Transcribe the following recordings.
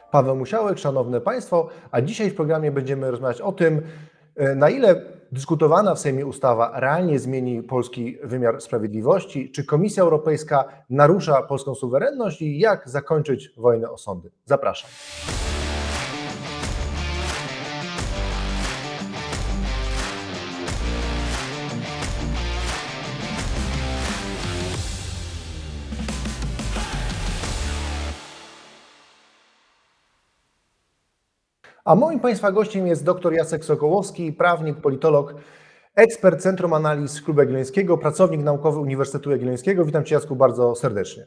Paweł Musiałek, szanowne Państwo, a dzisiaj w programie będziemy rozmawiać o tym, na ile dyskutowana w Sejmie ustawa realnie zmieni polski wymiar sprawiedliwości, czy Komisja Europejska narusza polską suwerenność i jak zakończyć wojnę o sądy. Zapraszam. A moim Państwa gościem jest dr Jacek Sokołowski, prawnik, politolog, ekspert Centrum Analiz Klubu Jagiellońskiego, pracownik naukowy Uniwersytetu Jagiellońskiego. Witam Cię, Jacku, bardzo serdecznie.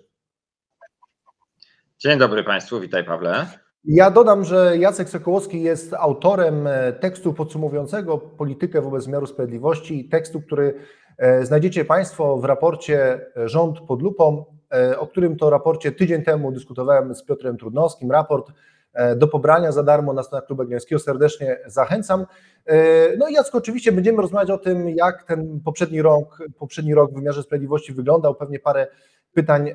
Dzień dobry Państwu, witaj Pawle. Ja dodam, że Jacek Sokołowski jest autorem tekstu podsumowującego politykę wobec wymiaru sprawiedliwości, tekstu, który znajdziecie Państwo w raporcie Rząd pod lupą, o którym to raporcie tydzień temu dyskutowałem z Piotrem Trudnowskim. Raport do pobrania za darmo na stronach Klubu Jagiellońskiego, serdecznie zachęcam. No i Jacku, oczywiście będziemy rozmawiać o tym, jak ten poprzedni rok w wymiarze sprawiedliwości wyglądał. Pewnie parę pytań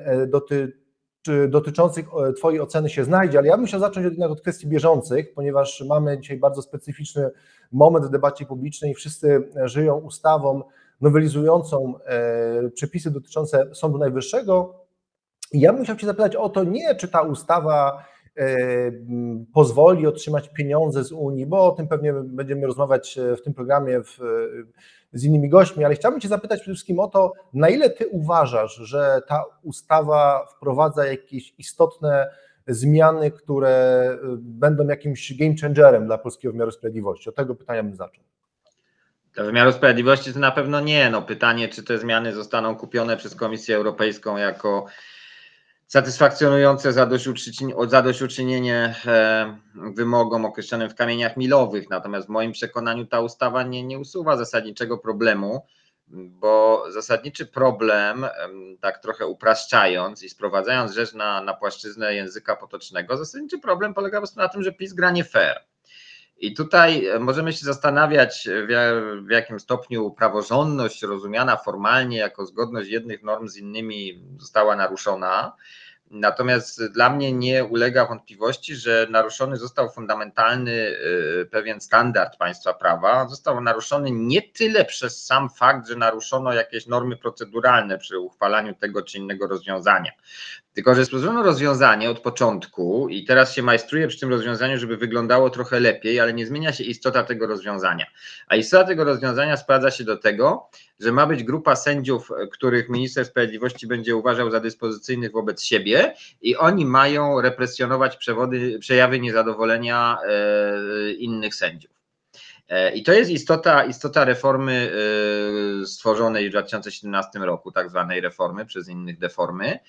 dotyczących Twojej oceny się znajdzie, ale ja bym chciał zacząć jednak od kwestii bieżących, ponieważ mamy dzisiaj bardzo specyficzny moment w debacie publicznej. Wszyscy żyją ustawą nowelizującą przepisy dotyczące Sądu Najwyższego. I ja bym chciał Cię zapytać o to, nie czy ta ustawa pozwoli otrzymać pieniądze z Unii, bo o tym pewnie będziemy rozmawiać w tym programie z innymi gośćmi, ale chciałbym Cię zapytać przede wszystkim o to, na ile Ty uważasz, że ta ustawa wprowadza jakieś istotne zmiany, które będą jakimś game changerem dla polskiego wymiaru sprawiedliwości? Od tego pytania bym zaczął. Dla wymiaru sprawiedliwości to na pewno nie. No, pytanie, czy te zmiany zostaną kupione przez Komisję Europejską jako satysfakcjonujące zadośćuczynienie wymogom określonym w kamieniach milowych. Natomiast w moim przekonaniu ta ustawa nie usuwa zasadniczego problemu, bo zasadniczy problem, tak trochę upraszczając i sprowadzając rzecz na płaszczyznę języka potocznego, zasadniczy problem polega po prostu na tym, że PiS gra nie fair. I tutaj możemy się zastanawiać, w jakim stopniu praworządność rozumiana formalnie jako zgodność jednych norm z innymi została naruszona. Natomiast dla mnie nie ulega wątpliwości, że naruszony został fundamentalny pewien standard państwa prawa. Został naruszony nie tyle przez sam fakt, że naruszono jakieś normy proceduralne przy uchwalaniu tego czy innego rozwiązania, tylko że stworzono rozwiązanie od początku i teraz się majstruje przy tym rozwiązaniu, żeby wyglądało trochę lepiej, ale nie zmienia się istota tego rozwiązania. A istota tego rozwiązania sprowadza się do tego, że ma być grupa sędziów, których minister sprawiedliwości będzie uważał za dyspozycyjnych wobec siebie i oni mają represjonować przejawy niezadowolenia innych sędziów. I to jest istota reformy stworzonej w 2017 roku, tak zwanej reformy, przez innych deformy.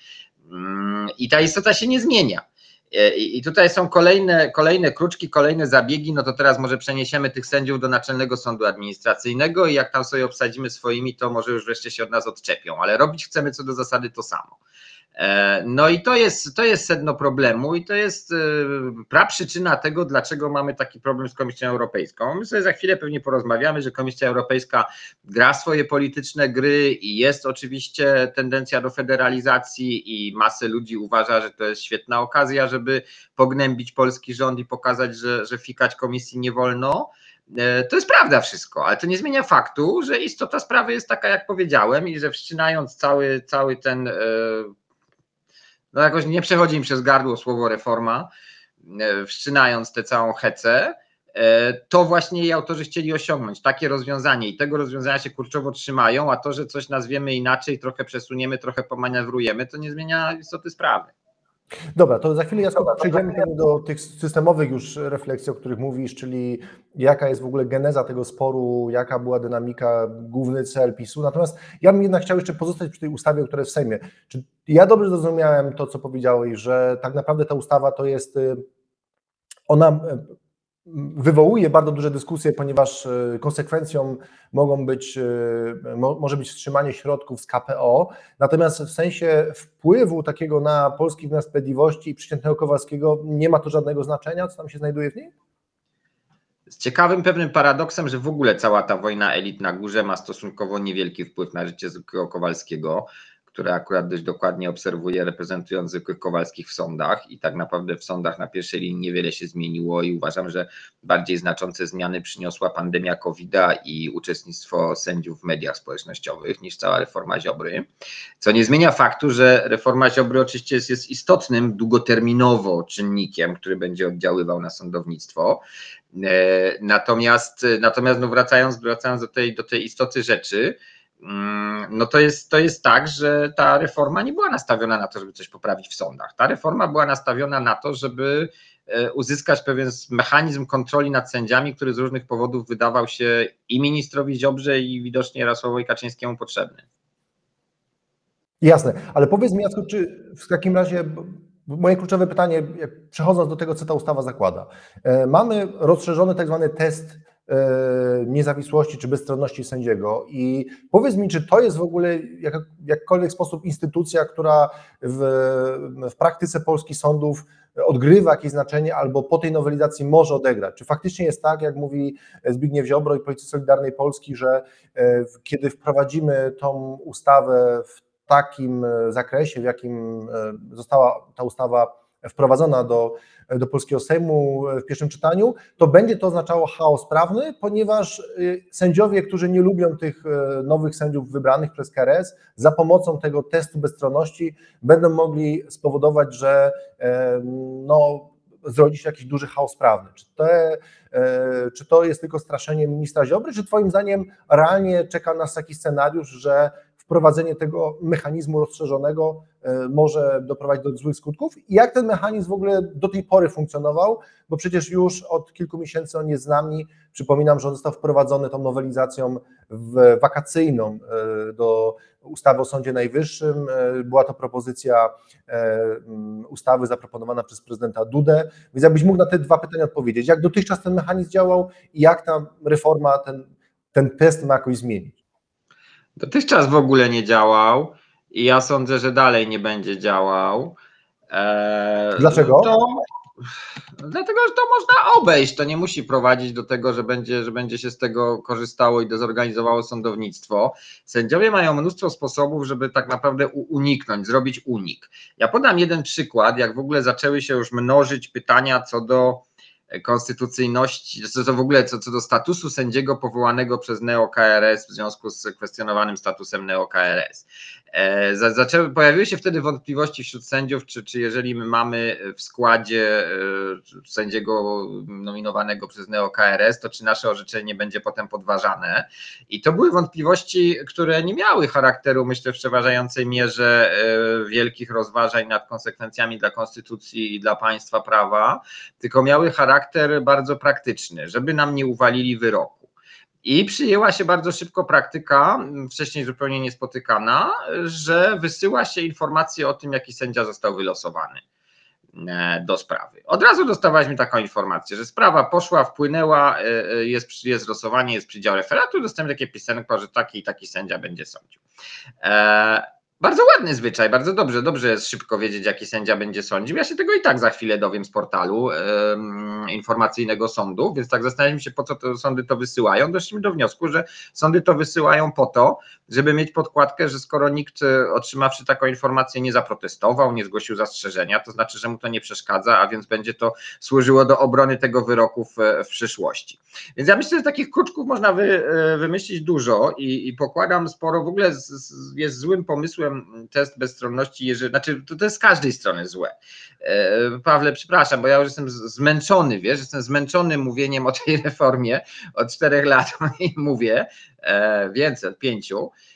I ta istota się nie zmienia. I tutaj są kolejne kruczki, kolejne zabiegi. No to teraz może przeniesiemy tych sędziów do Naczelnego Sądu Administracyjnego i jak tam sobie obsadzimy swoimi, to może już wreszcie się od nas odczepią, ale robić chcemy co do zasady to samo. No i to jest sedno problemu i to jest praprzyczyna tego, dlaczego mamy taki problem z Komisją Europejską. My sobie za chwilę pewnie porozmawiamy, że Komisja Europejska gra swoje polityczne gry i jest oczywiście tendencja do federalizacji i masę ludzi uważa, że to jest świetna okazja, żeby pognębić polski rząd i pokazać, że fikać Komisji nie wolno. To jest prawda wszystko, ale to nie zmienia faktu, że istota sprawy jest taka, jak powiedziałem, i że wszczynając cały ten, no jakoś nie przechodzi im przez gardło słowo reforma, wszczynając tę całą hecę, to właśnie jej autorzy chcieli osiągnąć, takie rozwiązanie i tego rozwiązania się kurczowo trzymają, a to, że coś nazwiemy inaczej, trochę przesuniemy, trochę pomanewrujemy, to nie zmienia istoty sprawy. Dobra, to za chwilę przejdziemy do tych systemowych już refleksji, o których mówisz, czyli jaka jest w ogóle geneza tego sporu, jaka była dynamika, główny cel PiS-u. Natomiast ja bym jednak chciał jeszcze pozostać przy tej ustawie, która jest w Sejmie. Czy ja dobrze zrozumiałem to, co powiedziałeś, że tak naprawdę ta ustawa to jest, ona wywołuje bardzo duże dyskusje, ponieważ konsekwencją może być wstrzymanie środków z KPO, natomiast w sensie wpływu takiego na polski wymiar sprawiedliwości i przeciętnego Kowalskiego nie ma to żadnego znaczenia, co tam się znajduje w niej? Z ciekawym pewnym paradoksem, że w ogóle cała ta wojna elit na górze ma stosunkowo niewielki wpływ na życie zwykłego Kowalskiego, które akurat dość dokładnie obserwuję, reprezentując zwykłych Kowalskich w sądach i tak naprawdę w sądach na pierwszej linii niewiele się zmieniło i uważam, że bardziej znaczące zmiany przyniosła pandemia COVID-a i uczestnictwo sędziów w mediach społecznościowych niż cała reforma Ziobry, co nie zmienia faktu, że reforma Ziobry oczywiście jest istotnym długoterminowo czynnikiem, który będzie oddziaływał na sądownictwo. Natomiast no wracając do tej istoty rzeczy, no to jest tak, że ta reforma nie była nastawiona na to, żeby coś poprawić w sądach. Ta reforma była nastawiona na to, żeby uzyskać pewien mechanizm kontroli nad sędziami, który z różnych powodów wydawał się i ministrowi Ziobrze, i widocznie Jarosławowi Kaczyńskiemu potrzebny. Jasne, ale powiedz mi, Jacku, czy w takim razie, moje kluczowe pytanie, przechodząc do tego, co ta ustawa zakłada. Mamy rozszerzony tak zwany test niezawisłości czy bezstronności sędziego i powiedz mi, czy to jest w ogóle w jakkolwiek sposób instytucja, która w praktyce polskich sądów odgrywa jakieś znaczenie albo po tej nowelizacji może odegrać. Czy faktycznie jest tak, jak mówi Zbigniew Ziobro i Politycy Solidarnej Polski, że kiedy wprowadzimy tą ustawę w takim zakresie, w jakim została ta ustawa wprowadzona do polskiego Sejmu w pierwszym czytaniu, to będzie to oznaczało chaos prawny, ponieważ sędziowie, którzy nie lubią tych nowych sędziów wybranych przez KRS, za pomocą tego testu bezstronności będą mogli spowodować, że zrodzi się jakiś duży chaos prawny. Czy to jest tylko straszenie ministra Ziobry, czy twoim zdaniem realnie czeka nas taki scenariusz, że wprowadzenie tego mechanizmu rozszerzonego może doprowadzić do złych skutków? I jak ten mechanizm w ogóle do tej pory funkcjonował? Bo przecież już od kilku miesięcy on jest z nami. Przypominam, że on został wprowadzony tą nowelizacją wakacyjną do ustawy o Sądzie Najwyższym. Była to propozycja ustawy zaproponowana przez prezydenta Dudę. Więc jakbyś mógł na te dwa pytania odpowiedzieć. Jak dotychczas ten mechanizm działał i jak ta reforma ten test ma jakoś zmienić? Dotychczas w ogóle nie działał i ja sądzę, że dalej nie będzie działał. Dlaczego? Dlatego, że to można obejść. To nie musi prowadzić do tego, że będzie się z tego korzystało i dezorganizowało sądownictwo. Sędziowie mają mnóstwo sposobów, żeby tak naprawdę uniknąć, zrobić unik. Ja podam jeden przykład, jak w ogóle zaczęły się już mnożyć pytania co do konstytucyjności, co do statusu sędziego powołanego przez neo-KRS w związku z kwestionowanym statusem neo-KRS. Pojawiły się wtedy wątpliwości wśród sędziów, czy jeżeli my mamy w składzie sędziego nominowanego przez neo-KRS, to czy nasze orzeczenie nie będzie potem podważane. I to były wątpliwości, które nie miały charakteru, myślę, w przeważającej mierze wielkich rozważań nad konsekwencjami dla konstytucji i dla państwa prawa, tylko miały charakter bardzo praktyczny, żeby nam nie uwalili wyroku. I przyjęła się bardzo szybko praktyka, wcześniej zupełnie niespotykana, że wysyła się informacje o tym, jaki sędzia został wylosowany do sprawy. Od razu dostawaliśmy taką informację, że sprawa poszła, wpłynęła, jest losowanie, jest przydział referatu, dostałem takie pisemko, że taki i taki sędzia będzie sądził. Bardzo ładny zwyczaj, bardzo dobrze jest szybko wiedzieć, jaki sędzia będzie sądził. Ja się tego i tak za chwilę dowiem z portalu informacyjnego sądu, więc tak zastanawiam się, po co te sądy to wysyłają. Doszliśmy do wniosku, że sądy to wysyłają po to, żeby mieć podkładkę, że skoro nikt otrzymawszy taką informację nie zaprotestował, nie zgłosił zastrzeżenia, to znaczy, że mu to nie przeszkadza, a więc będzie to służyło do obrony tego wyroku w przyszłości. Więc ja myślę, że takich kruczków można wymyślić dużo i pokładam sporo, w ogóle jest złym pomysłem test bezstronności, to jest z każdej strony złe. Pawle, przepraszam, bo ja już jestem zmęczony, jestem zmęczony mówieniem o tej reformie od 4 lat i mówię więcej, od 5.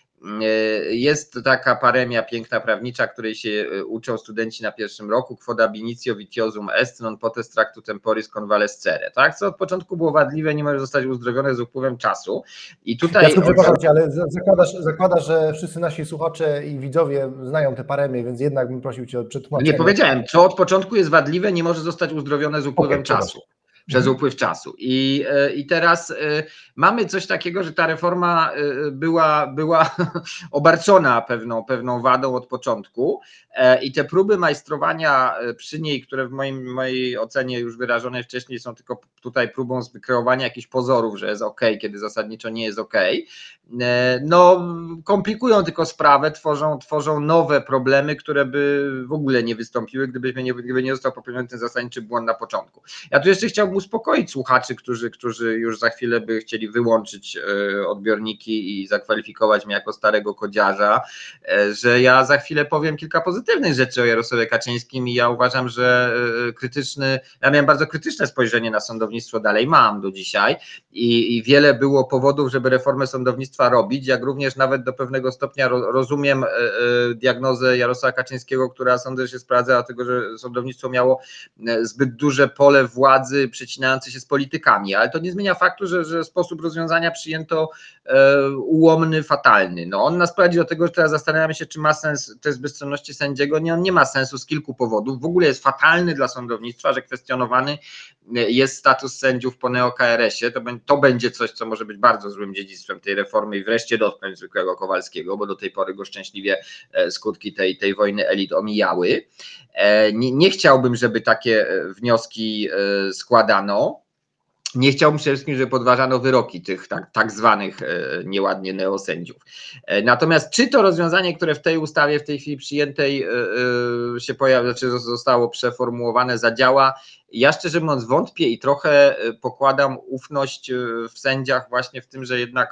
Jest taka paremia piękna prawnicza, której się uczą studenci na pierwszym roku, quod ab initio vitiosum est, non potest tractu temporis convalescere, tak? Co od początku było wadliwe, nie może zostać uzdrowione z upływem czasu. I tutaj... Ja przepraszam cię, ale zakładasz, że wszyscy nasi słuchacze i widzowie znają te paremie, więc jednak bym prosił cię o przetłumaczenie. Nie powiedziałem, co od początku jest wadliwe, nie może zostać uzdrowione z upływem czasu. przez upływ czasu. I teraz mamy coś takiego, że ta reforma była obarczona pewną wadą od początku i te próby majstrowania przy niej, które w mojej ocenie już wyrażone wcześniej są tylko tutaj próbą wykreowania jakichś pozorów, że jest ok, kiedy zasadniczo nie jest ok, no komplikują tylko sprawę, tworzą nowe problemy, które by w ogóle nie wystąpiły, gdyby nie został popełniony ten zasadniczy błąd na początku. Ja tu jeszcze chciałbym uspokoić słuchaczy, którzy już za chwilę by chcieli wyłączyć odbiorniki i zakwalifikować mnie jako starego kodziarza, że ja za chwilę powiem kilka pozytywnych rzeczy o Jarosławie Kaczyńskim i ja uważam, że ja miałem bardzo krytyczne spojrzenie na sądownictwo, dalej mam do dzisiaj i wiele było powodów, żeby reformę sądownictwa robić, jak również nawet do pewnego stopnia rozumiem diagnozę Jarosława Kaczyńskiego, która sądzę, że się sprawdza, dlatego że sądownictwo miało zbyt duże pole władzy przecinające się z politykami, ale to nie zmienia faktu, że sposób rozwiązania przyjęto ułomny, fatalny. No on nas prowadzi do tego, że teraz zastanawiamy się, czy ma sens test bezstronności sędziego. Nie, on nie ma sensu z kilku powodów. W ogóle jest fatalny dla sądownictwa, że kwestionowany jest status sędziów po neo-KRS-ie. To będzie coś, co może być bardzo złym dziedzictwem tej reformy i wreszcie dotknąć zwykłego Kowalskiego, bo do tej pory go szczęśliwie skutki tej wojny elit omijały. Nie chciałbym, żeby takie wnioski składano. Nie chciałbym przede wszystkim, żeby podważano wyroki tych tak zwanych nieładnie neosędziów. Natomiast czy to rozwiązanie, które w tej ustawie w tej chwili przyjętej się pojawi, znaczy zostało przeformułowane, zadziała? Ja szczerze mówiąc wątpię i trochę pokładam ufność w sędziach właśnie w tym, że jednak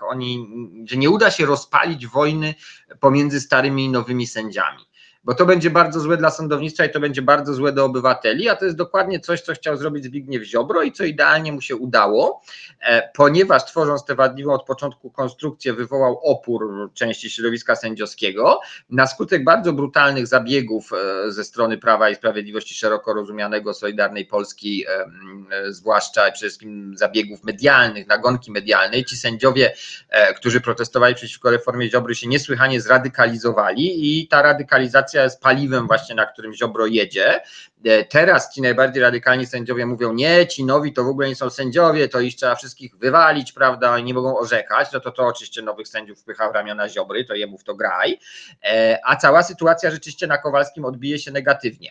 że nie uda się rozpalić wojny pomiędzy starymi i nowymi sędziami. Bo to będzie bardzo złe dla sądownictwa i to będzie bardzo złe do obywateli, a to jest dokładnie coś, co chciał zrobić Zbigniew Ziobro i co idealnie mu się udało, ponieważ tworząc tę wadliwą od początku konstrukcję wywołał opór części środowiska sędziowskiego, na skutek bardzo brutalnych zabiegów ze strony Prawa i Sprawiedliwości szeroko rozumianego Solidarnej Polski, zwłaszcza przede wszystkim zabiegów medialnych, nagonki medialnej, ci sędziowie, którzy protestowali przeciwko reformie Ziobry, się niesłychanie zradykalizowali i ta radykalizacja jest paliwem właśnie, na którym Ziobro jedzie. Teraz ci najbardziej radykalni sędziowie mówią, nie, ci nowi to w ogóle nie są sędziowie, to ich trzeba wszystkich wywalić, prawda, i nie mogą orzekać, no to oczywiście nowych sędziów wpycha w ramiona Ziobry, to jemu w to graj, a cała sytuacja rzeczywiście na Kowalskim odbije się negatywnie.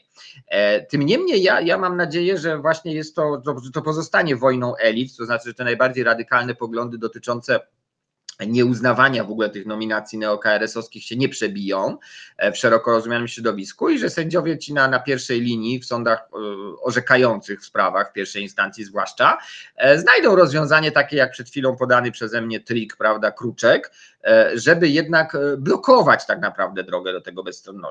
Tym niemniej ja mam nadzieję, że właśnie jest to pozostanie wojną elit, to znaczy, że te najbardziej radykalne poglądy dotyczące nieuznawania w ogóle tych nominacji neo-KRS-owskich się nie przebiją w szeroko rozumianym środowisku i że sędziowie ci na pierwszej linii w sądach orzekających w sprawach, w pierwszej instancji zwłaszcza, znajdą rozwiązanie takie jak przed chwilą podany przeze mnie trik, prawda, kruczek, żeby jednak blokować tak naprawdę drogę do tego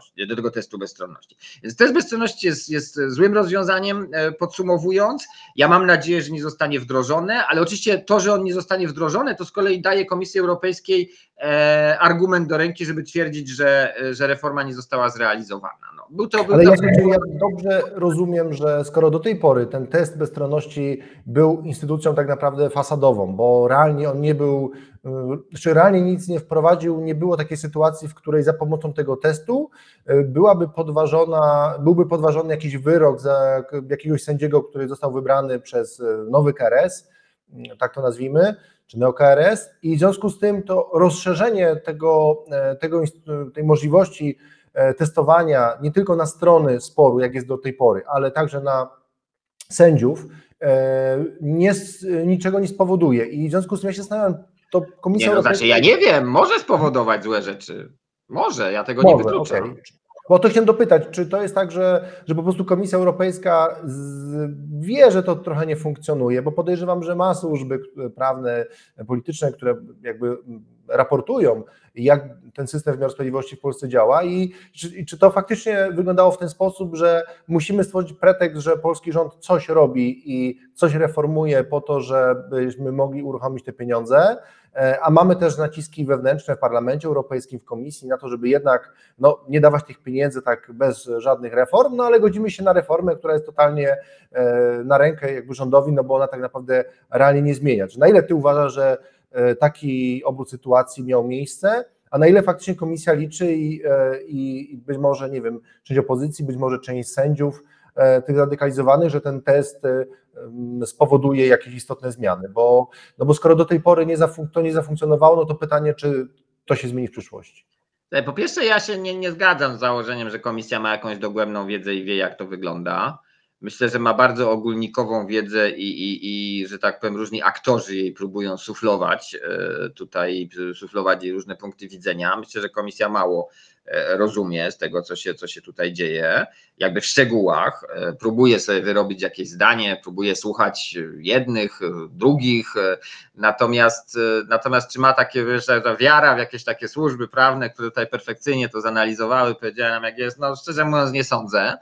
testu bezstronności. Więc test bezstronności jest złym rozwiązaniem, podsumowując. Ja mam nadzieję, że nie zostanie wdrożone, ale oczywiście to, że on nie zostanie wdrożony, to z kolei daje Komisji Europejskiej argument do ręki, żeby twierdzić, że reforma nie została zrealizowana. Ale ja dobrze rozumiem, że skoro do tej pory ten test bezstronności był instytucją tak naprawdę fasadową, bo realnie on nie był, czy realnie nic nie wprowadził, nie było takiej sytuacji, w której za pomocą tego testu byłby podważony jakiś wyrok za jakiegoś sędziego, który został wybrany przez nowy KRS, tak to nazwijmy, czy neo-KRS, i w związku z tym to rozszerzenie tej możliwości testowania nie tylko na strony sporu, jak jest do tej pory, ale także na sędziów, niczego nie spowoduje. I w związku z tym ja się zastanawiam, to Komisja Europejska... ja nie wiem, może spowodować złe rzeczy. Może, ja tego nie wykluczam. Okay. Bo to chciałem dopytać, czy to jest tak, że po prostu Komisja Europejska wie, że to trochę nie funkcjonuje, bo podejrzewam, że ma służby prawne, polityczne, które jakby raportują, jak ten system wymiaru sprawiedliwości w Polsce działa i czy to faktycznie wyglądało w ten sposób, że musimy stworzyć pretekst, że polski rząd coś robi i coś reformuje po to, żebyśmy mogli uruchomić te pieniądze, a mamy też naciski wewnętrzne w Parlamencie Europejskim, w Komisji na to, żeby jednak nie dawać tych pieniędzy tak bez żadnych reform, ale godzimy się na reformę, która jest totalnie na rękę jakby rządowi, bo ona tak naprawdę realnie nie zmienia. Czy na ile ty uważasz, że taki obrót sytuacji miał miejsce, a na ile faktycznie Komisja liczy i być może, nie wiem, część opozycji, być może część sędziów tych radykalizowanych, że ten test spowoduje jakieś istotne zmiany, no bo skoro do tej pory to nie zafunkcjonowało, no to pytanie, czy to się zmieni w przyszłości. Po pierwsze, ja się nie zgadzam z założeniem, że komisja ma jakąś dogłębną wiedzę i wie, jak to wygląda. Myślę, że ma bardzo ogólnikową wiedzę i że tak powiem, różni aktorzy jej próbują suflować suflować jej różne punkty widzenia. Myślę, że komisja mało rozumie z tego, co się tutaj dzieje, jakby w szczegółach. Próbuje sobie wyrobić jakieś zdanie, próbuje słuchać jednych, drugich, natomiast czy ma takie, wiesz, ta wiara w jakieś takie służby prawne, które tutaj perfekcyjnie to zanalizowały, powiedziałem nam jak jest, no szczerze mówiąc nie sądzę.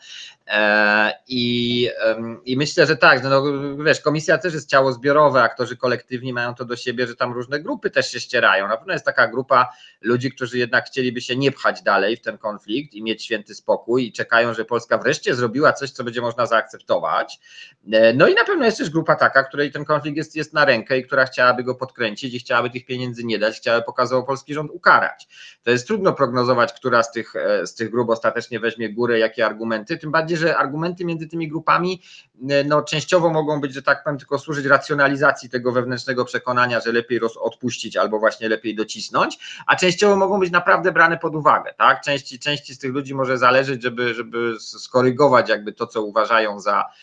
I myślę, że tak, no wiesz, komisja też jest ciało zbiorowe, aktorzy kolektywni mają to do siebie, że tam różne grupy też się ścierają. Na pewno jest taka grupa ludzi, którzy jednak chcieliby się nie pchać dalej w ten konflikt i mieć święty spokój i czekają, że Polska wreszcie zrobiła coś, co będzie można zaakceptować. No i na pewno jest też grupa taka, której ten konflikt jest na rękę i która chciałaby go podkręcić i chciałaby tych pieniędzy nie dać, chciałaby pokazowo polski rząd ukarać. To jest trudno prognozować, która z tych grup ostatecznie weźmie górę, jakie argumenty, tym bardziej, że argumenty między tymi grupami no, częściowo mogą być, że tak powiem, tylko służyć racjonalizacji tego wewnętrznego przekonania, że lepiej odpuścić albo właśnie lepiej docisnąć, a częściowo mogą być naprawdę brane pod uwagę. Tak? Części z tych ludzi może zależeć, żeby skorygować jakby to, co uważają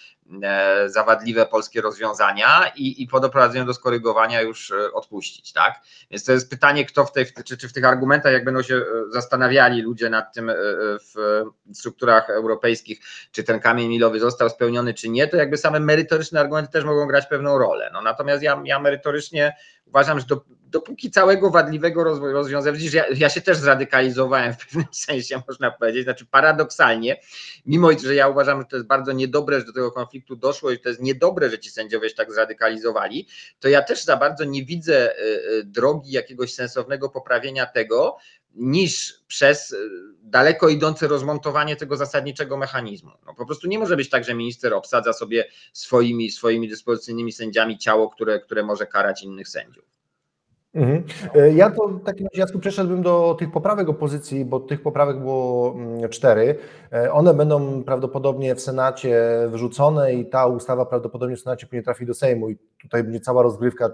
za wadliwe polskie rozwiązania i po doprowadzeniu do skorygowania już odpuścić, tak? Więc to jest pytanie, kto czy w tych argumentach, jak będą się zastanawiali ludzie nad tym w strukturach europejskich, czy ten kamień milowy został spełniony, czy nie, to jakby same merytoryczne argumenty też mogą grać pewną rolę. No, natomiast ja merytorycznie uważam, że dopóki całego wadliwego rozwiązania, widzisz, ja się też zradykalizowałem w pewnym sensie, można powiedzieć, znaczy paradoksalnie, mimo że ja uważam, że to jest bardzo niedobre, że do tego konfliktu doszło i to jest niedobre, że ci sędziowie się tak zradykalizowali, to ja też za bardzo nie widzę drogi jakiegoś sensownego poprawienia tego, niż przez daleko idące rozmontowanie tego zasadniczego mechanizmu. No po prostu nie może być tak, że minister obsadza sobie swoimi dyspozycyjnymi sędziami ciało, które może karać innych sędziów. Mhm. Ja to w takim razie, Jacku, przeszedłbym do tych poprawek opozycji, bo tych poprawek było 4. One będą prawdopodobnie w Senacie wyrzucone i ta ustawa prawdopodobnie w Senacie później trafi do Sejmu i tutaj będzie cała rozgrywka,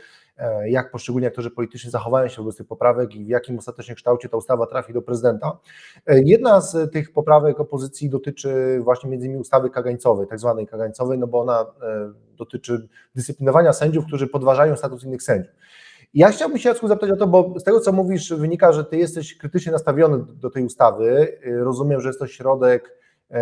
jak poszczególni aktorzy polityczni zachowają się wobec tych poprawek i w jakim ostatecznie kształcie ta ustawa trafi do prezydenta. Jedna z tych poprawek opozycji dotyczy właśnie między innymi ustawy kagańcowej, tak zwanej kagańcowej, no bo ona dotyczy dyscyplinowania sędziów, którzy podważają status innych sędziów. Ja chciałbym się, Jacku, zapytać o to, bo z tego, co mówisz, wynika, że ty jesteś krytycznie nastawiony do tej ustawy. Rozumiem, że jest to środek,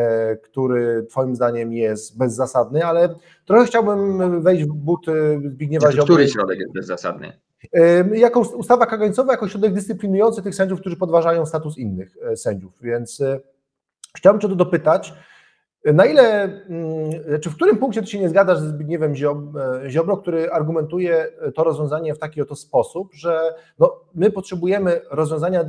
który twoim zdaniem jest bezzasadny, ale trochę chciałbym wejść w buty Zbigniewa Ziobry. Który środek jest bezzasadny? Jako ustawa kagańcowa, jako środek dyscyplinujący tych sędziów, którzy podważają status innych sędziów. Więc chciałbym cię o to dopytać, na ile, czy w którym punkcie ty się nie zgadzasz ze Zbigniewem Ziobro, który argumentuje to rozwiązanie w taki oto sposób, że no, my potrzebujemy rozwiązania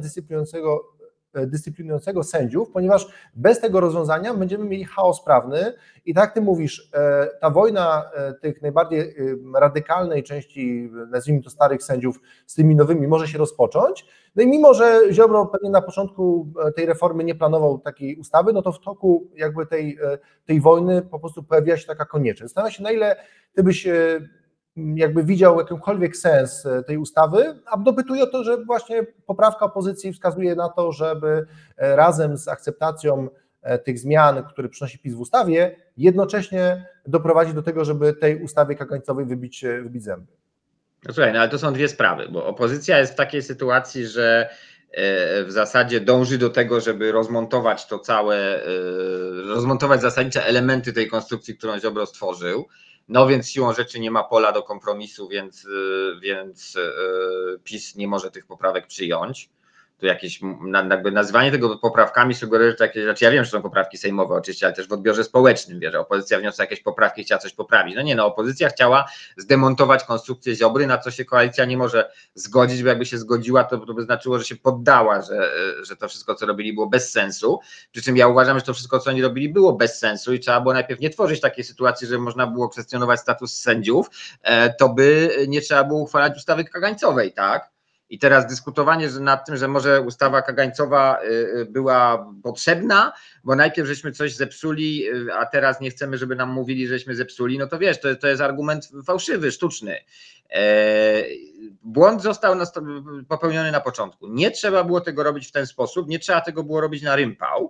dyscyplinującego sędziów, ponieważ bez tego rozwiązania będziemy mieli chaos prawny i tak jak ty mówisz, ta wojna tych najbardziej radykalnej części, nazwijmy to starych sędziów z tymi nowymi może się rozpocząć. No i mimo, że Ziobro pewnie na początku tej reformy nie planował takiej ustawy, no to w toku jakby tej wojny po prostu pojawiła się taka konieczność. Zastanawiam się, na ile ty byś jakby widział jakikolwiek sens tej ustawy, a dopytuję o to, że właśnie poprawka opozycji wskazuje na to, żeby razem z akceptacją tych zmian, które przynosi PiS w ustawie, jednocześnie doprowadzić do tego, żeby tej ustawie kagańcowej wybić zęby. No słuchaj, no ale to są dwie sprawy, bo opozycja jest w takiej sytuacji, że w zasadzie dąży do tego, żeby rozmontować to całe, rozmontować zasadnicze elementy tej konstrukcji, którą Ziobro stworzył. No więc siłą rzeczy nie ma pola do kompromisu, więc PiS nie może tych poprawek przyjąć. Tu jakieś jakby nazwanie tego poprawkami sugeruje, że takie, znaczy ja wiem, że są poprawki sejmowe oczywiście, ale też w odbiorze społecznym, wie, że opozycja wniosła jakieś poprawki, chciała coś poprawić. No nie, no opozycja chciała zdemontować konstrukcję Ziobry, na co się koalicja nie może zgodzić, bo jakby się zgodziła, to by znaczyło, że się poddała, że to wszystko, co robili, było bez sensu. Przy czym ja uważam, że to wszystko, co oni robili, było bez sensu i trzeba było najpierw nie tworzyć takiej sytuacji, że można było kwestionować status sędziów, to by nie trzeba było uchwalać ustawy kagańcowej, tak? I teraz dyskutowanie nad tym, że może ustawa kagańcowa była potrzebna, bo najpierw żeśmy coś zepsuli, a teraz nie chcemy, żeby nam mówili, żeśmy zepsuli, no to wiesz, to jest argument fałszywy, sztuczny. Błąd został popełniony na początku. Nie trzeba było tego robić w ten sposób, nie trzeba tego było robić na rympał.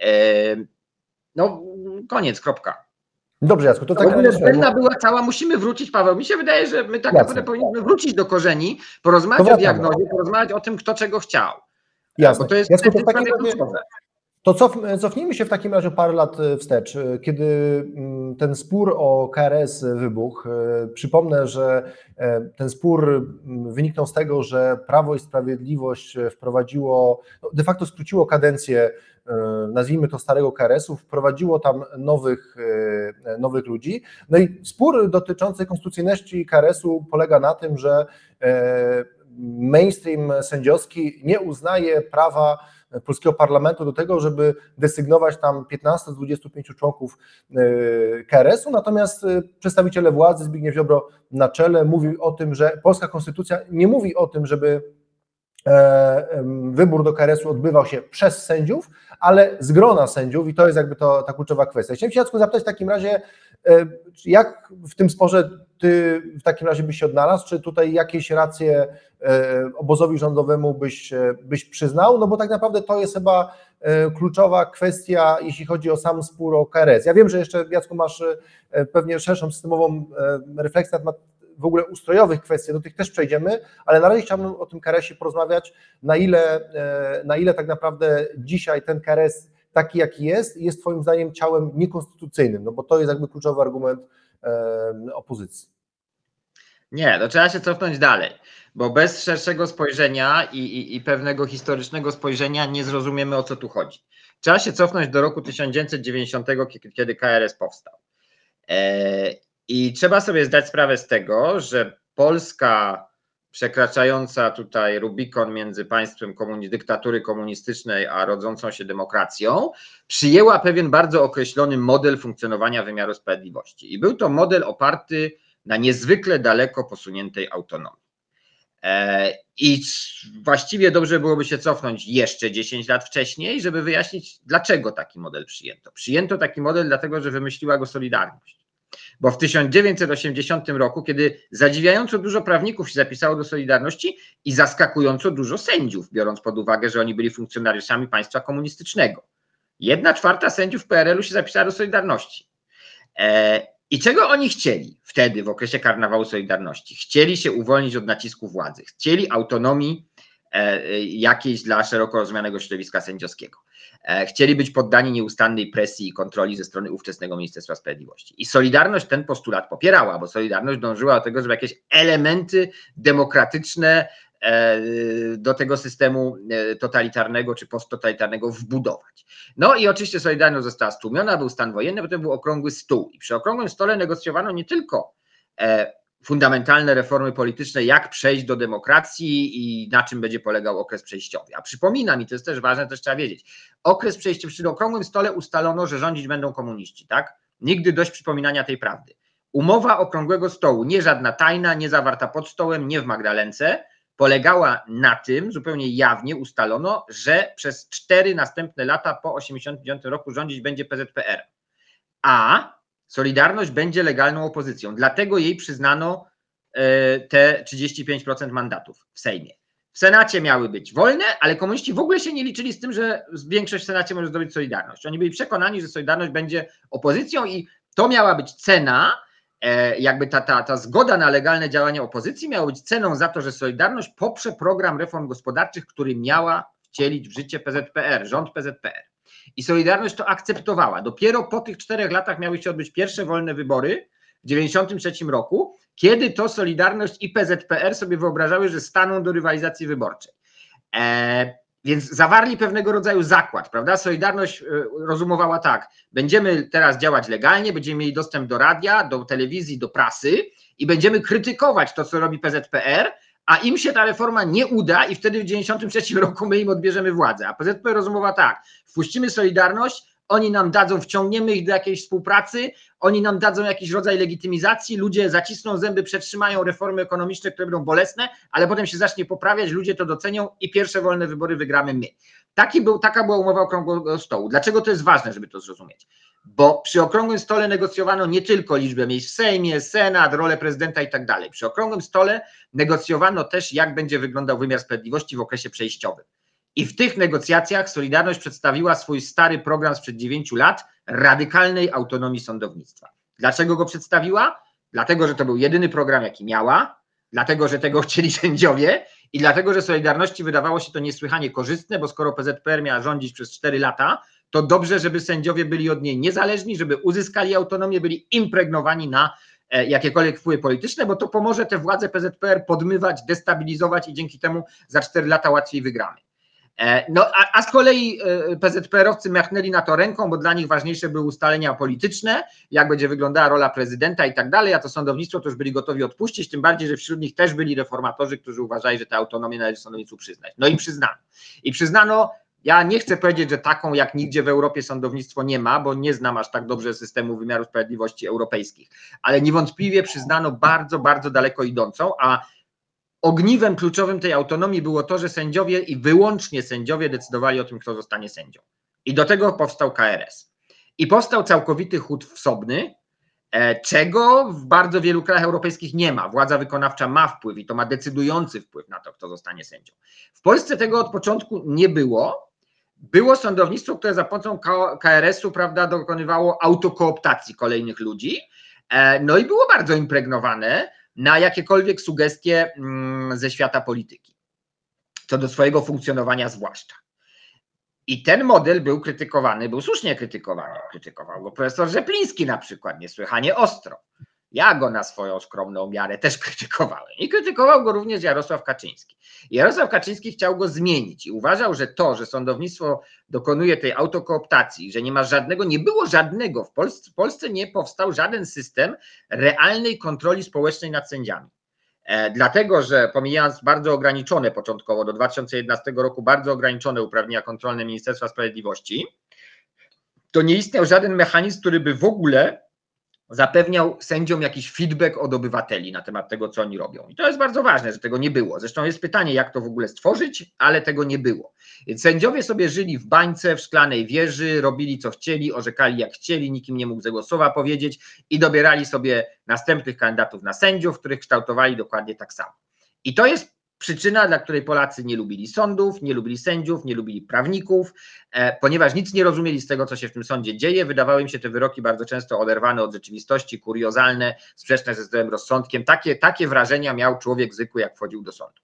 No koniec, kropka. Dobrze, Jacku, to W tak ogóle błędna była cała, musimy wrócić, Paweł, mi się wydaje, że my tak naprawdę powinniśmy wrócić do korzeni, porozmawiać o diagnozie, porozmawiać o tym, kto czego chciał. Jasne. Bo to jest Jacku, to w takim razie, kluczowe. to cofnijmy się w takim razie parę lat wstecz, kiedy ten spór o KRS wybuchł. Przypomnę, że ten spór wyniknął z tego, że Prawo i Sprawiedliwość wprowadziło, de facto skróciło kadencję, nazwijmy to starego KRS-u, wprowadziło tam nowych ludzi. No i spór dotyczący konstytucyjności KRS-u polega na tym, że mainstream sędziowski nie uznaje prawa polskiego parlamentu do tego, żeby desygnować tam 15 z 25 członków KRS-u, natomiast przedstawiciele władzy, Zbigniew Ziobro na czele, mówi o tym, że polska konstytucja nie mówi o tym, żeby wybór do KRS-u odbywał się przez sędziów, ale z grona sędziów i to jest jakby ta kluczowa kwestia. Chciałem się, Jacku, zapytać w takim razie, jak w tym sporze ty w takim razie byś się odnalazł, czy tutaj jakieś racje obozowi rządowemu byś przyznał, no bo tak naprawdę to jest chyba kluczowa kwestia, jeśli chodzi o sam spór o KRS. Ja wiem, że jeszcze, Jacku, masz pewnie szerszą systemową refleksję na temat w ogóle ustrojowych kwestii, do tych też przejdziemy, ale na razie chciałbym o tym KRS-ie porozmawiać, na ile tak naprawdę dzisiaj ten KRS taki jaki jest twoim zdaniem ciałem niekonstytucyjnym, no bo to jest jakby kluczowy argument opozycji. Nie, to trzeba się cofnąć dalej, bo bez szerszego spojrzenia i pewnego historycznego spojrzenia nie zrozumiemy, o co tu chodzi. Trzeba się cofnąć do roku 1990, kiedy KRS powstał. I trzeba sobie zdać sprawę z tego, że Polska przekraczająca tutaj Rubikon między państwem dyktatury komunistycznej a rodzącą się demokracją, przyjęła pewien bardzo określony model funkcjonowania wymiaru sprawiedliwości. I był to model oparty na niezwykle daleko posuniętej autonomii. I właściwie dobrze byłoby się cofnąć jeszcze 10 lat wcześniej, żeby wyjaśnić, dlaczego taki model przyjęto. Przyjęto taki model dlatego, że wymyśliła go Solidarność. Bo w 1980 roku, kiedy zadziwiająco dużo prawników się zapisało do Solidarności i zaskakująco dużo sędziów, biorąc pod uwagę, że oni byli funkcjonariuszami państwa komunistycznego. 1/4 sędziów PRL-u się zapisała do Solidarności. I czego oni chcieli wtedy, w okresie karnawału Solidarności? Chcieli się uwolnić od nacisku władzy, chcieli autonomii jakiejś dla szeroko rozumianego środowiska sędziowskiego. Chcieli być poddani nieustannej presji i kontroli ze strony ówczesnego Ministerstwa Sprawiedliwości. I Solidarność ten postulat popierała, bo Solidarność dążyła do tego, żeby jakieś elementy demokratyczne do tego systemu totalitarnego czy posttotalitarnego wbudować. No i oczywiście Solidarność została stłumiona, był stan wojenny, potem był okrągły stół i przy okrągłym stole negocjowano nie tylko fundamentalne reformy polityczne, jak przejść do demokracji i na czym będzie polegał okres przejściowy. A przypominam, i to jest też ważne, też trzeba wiedzieć, okres przejściowy, przy okrągłym stole ustalono, że rządzić będą komuniści, tak? Nigdy dość przypominania tej prawdy. Umowa okrągłego stołu, nie żadna tajna, nie zawarta pod stołem, nie w Magdalence, polegała na tym, zupełnie jawnie ustalono, że przez 4 następne lata po 1989 roku rządzić będzie PZPR. A Solidarność będzie legalną opozycją, dlatego jej przyznano te 35% mandatów w Sejmie. W Senacie miały być wolne, ale komuniści w ogóle się nie liczyli z tym, że większość w Senacie może zdobyć Solidarność. Oni byli przekonani, że Solidarność będzie opozycją i to miała być cena, jakby ta zgoda na legalne działanie opozycji miała być ceną za to, że Solidarność poprze program reform gospodarczych, który miała wcielić w życie PZPR, rząd PZPR. I Solidarność to akceptowała. Dopiero po tych 4 latach miały się odbyć pierwsze wolne wybory w 1993 roku, kiedy to Solidarność i PZPR sobie wyobrażały, że staną do rywalizacji wyborczej. Więc zawarli pewnego rodzaju zakład, prawda? Solidarność rozumowała tak, będziemy teraz działać legalnie, będziemy mieli dostęp do radia, do telewizji, do prasy i będziemy krytykować to, co robi PZPR, a im się ta reforma nie uda i wtedy w 1993 roku my im odbierzemy władzę. A PZPR rozumowa tak, wpuścimy Solidarność, oni nam dadzą, wciągniemy ich do jakiejś współpracy, oni nam dadzą jakiś rodzaj legitymizacji, ludzie zacisną zęby, przetrzymają reformy ekonomiczne, które będą bolesne, ale potem się zacznie poprawiać, ludzie to docenią i pierwsze wolne wybory wygramy my. Taka była umowa okrągłego stołu. Dlaczego to jest ważne, żeby to zrozumieć? Bo przy okrągłym stole negocjowano nie tylko liczbę miejsc w Sejmie, Senat, rolę prezydenta i tak dalej. Przy okrągłym stole negocjowano też, jak będzie wyglądał wymiar sprawiedliwości w okresie przejściowym. I w tych negocjacjach Solidarność przedstawiła swój stary program sprzed 9 lat radykalnej autonomii sądownictwa. Dlaczego go przedstawiła? Dlatego, że to był jedyny program, jaki miała, dlatego, że tego chcieli sędziowie i dlatego, że Solidarności wydawało się to niesłychanie korzystne, bo skoro PZPR miała rządzić przez 4 lata, to dobrze, żeby sędziowie byli od niej niezależni, żeby uzyskali autonomię, byli impregnowani na jakiekolwiek wpływy polityczne, bo to pomoże te władze PZPR podmywać, destabilizować i dzięki temu za 4 lata łatwiej wygramy. No, a z kolei PZPR-owcy machnęli na to ręką, bo dla nich ważniejsze były ustalenia polityczne, jak będzie wyglądała rola prezydenta i tak dalej, a to sądownictwo to już byli gotowi odpuścić, tym bardziej, że wśród nich też byli reformatorzy, którzy uważali, że tę autonomię należy sądownictwu przyznać. No i przyznano. I przyznano, ja nie chcę powiedzieć, że taką jak nigdzie w Europie sądownictwo nie ma, bo nie znam aż tak dobrze systemu wymiaru sprawiedliwości europejskich, ale niewątpliwie przyznano bardzo, bardzo daleko idącą, a ogniwem kluczowym tej autonomii było to, że sędziowie i wyłącznie sędziowie decydowali o tym, kto zostanie sędzią. I do tego powstał KRS. I powstał całkowity chód wsobny, czego w bardzo wielu krajach europejskich nie ma. Władza wykonawcza ma wpływ i to ma decydujący wpływ na to, kto zostanie sędzią. W Polsce tego od początku nie było. Było sądownictwo, które za pomocą KRS-u, prawda, dokonywało autokooptacji kolejnych ludzi. No i było bardzo impregnowane na jakiekolwiek sugestie ze świata polityki, co do swojego funkcjonowania zwłaszcza. I ten model był krytykowany, był słusznie krytykowany. Krytykował go profesor Rzepliński na przykład, niesłychanie ostro. Ja go na swoją skromną miarę też krytykowałem. I krytykował go również Jarosław Kaczyński. Jarosław Kaczyński chciał go zmienić i uważał, że to, że sądownictwo dokonuje tej autokooptacji, że nie było żadnego, w Polsce nie powstał żaden system realnej kontroli społecznej nad sędziami. Dlatego, że pomijając bardzo ograniczone początkowo, do 2011 roku bardzo ograniczone uprawnienia kontrolne Ministerstwa Sprawiedliwości, to nie istniał żaden mechanizm, który by w ogóle zapewniał sędziom jakiś feedback od obywateli na temat tego, co oni robią. I to jest bardzo ważne, że tego nie było. Zresztą jest pytanie, jak to w ogóle stworzyć, ale tego nie było. Więc sędziowie sobie żyli w bańce, w szklanej wieży, robili co chcieli, orzekali jak chcieli, nikim nie mógł złego słowa powiedzieć i dobierali sobie następnych kandydatów na sędziów, których kształtowali dokładnie tak samo. I to jest przyczyna, dla której Polacy nie lubili sądów, nie lubili sędziów, nie lubili prawników, ponieważ nic nie rozumieli z tego, co się w tym sądzie dzieje. Wydawały im się te wyroki bardzo często oderwane od rzeczywistości, kuriozalne, sprzeczne ze zdrowym rozsądkiem. Takie wrażenia miał człowiek zwykły, jak wchodził do sądu.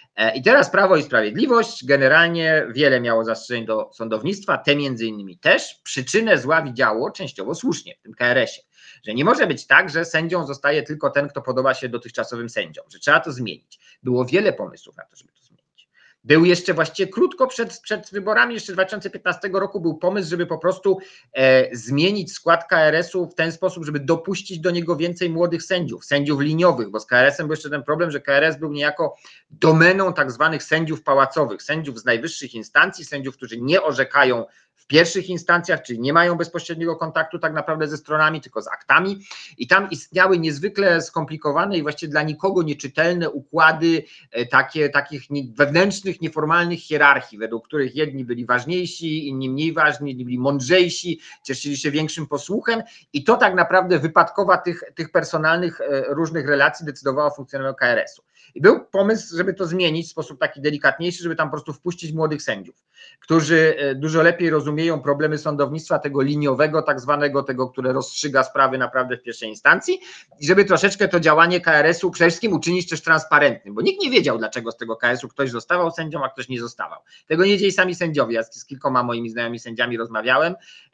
I teraz Prawo i Sprawiedliwość generalnie wiele miało zastrzeżeń do sądownictwa, te między innymi też. Przyczynę zła widziało częściowo słusznie w tym KRS-ie, że nie może być tak, że sędzią zostaje tylko ten, kto podoba się dotychczasowym sędziom, że trzeba to zmienić. Było wiele pomysłów na to, żeby to zmienić. Był jeszcze właściwie krótko przed wyborami, jeszcze 2015 roku był pomysł, żeby po prostu zmienić skład KRS-u w ten sposób, żeby dopuścić do niego więcej młodych sędziów, sędziów liniowych, bo z KRS-em był jeszcze ten problem, że KRS był niejako domeną tak zwanych sędziów pałacowych, sędziów z najwyższych instancji, sędziów, którzy nie orzekają w pierwszych instancjach, czyli nie mają bezpośredniego kontaktu tak naprawdę ze stronami, tylko z aktami i tam istniały niezwykle skomplikowane i właściwie dla nikogo nieczytelne układy takich wewnętrznych, nieformalnych hierarchii, według których jedni byli ważniejsi, inni mniej ważni, inni byli mądrzejsi, cieszyli się większym posłuchem i to tak naprawdę wypadkowa tych personalnych różnych relacji decydowała o funkcjonowaniu KRS-u. I był pomysł, żeby to zmienić w sposób taki delikatniejszy, żeby tam po prostu wpuścić młodych sędziów, którzy dużo lepiej rozumieją problemy sądownictwa, tego liniowego, tak zwanego, tego, które rozstrzyga sprawy naprawdę w pierwszej instancji i żeby troszeczkę to działanie KRS-u przede wszystkim uczynić też transparentnym, bo nikt nie wiedział, dlaczego z tego KRS-u ktoś zostawał sędzią, a ktoś nie zostawał. Tego nie wiedzieli sami sędziowie. Ja z kilkoma moimi znajomymi sędziami rozmawiałem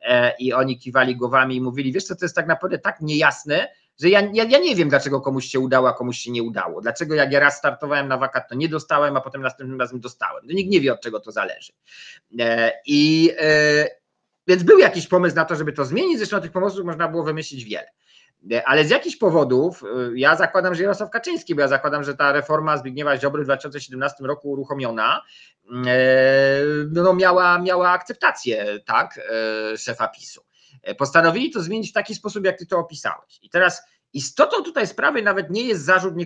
i oni kiwali głowami i mówili, wiesz co, to jest tak naprawdę tak niejasne, że ja nie wiem, dlaczego komuś się udało, a komuś się nie udało. Dlaczego jak ja raz startowałem na wakat, to nie dostałem, a potem następnym razem dostałem. Nikt nie wie, od czego to zależy. Więc był jakiś pomysł na to, żeby to zmienić, zresztą tych pomysłów można było wymyślić wiele. Ale z jakichś powodów, ja zakładam, że Jarosław Kaczyński, bo ja zakładam, że ta reforma Zbigniewa Ziobry w 2017 roku uruchomiona, no miała akceptację, tak, szefa PiS-u. Postanowili to zmienić w taki sposób, jak ty to opisałeś. I teraz istotą tutaj sprawy nawet nie jest zarzut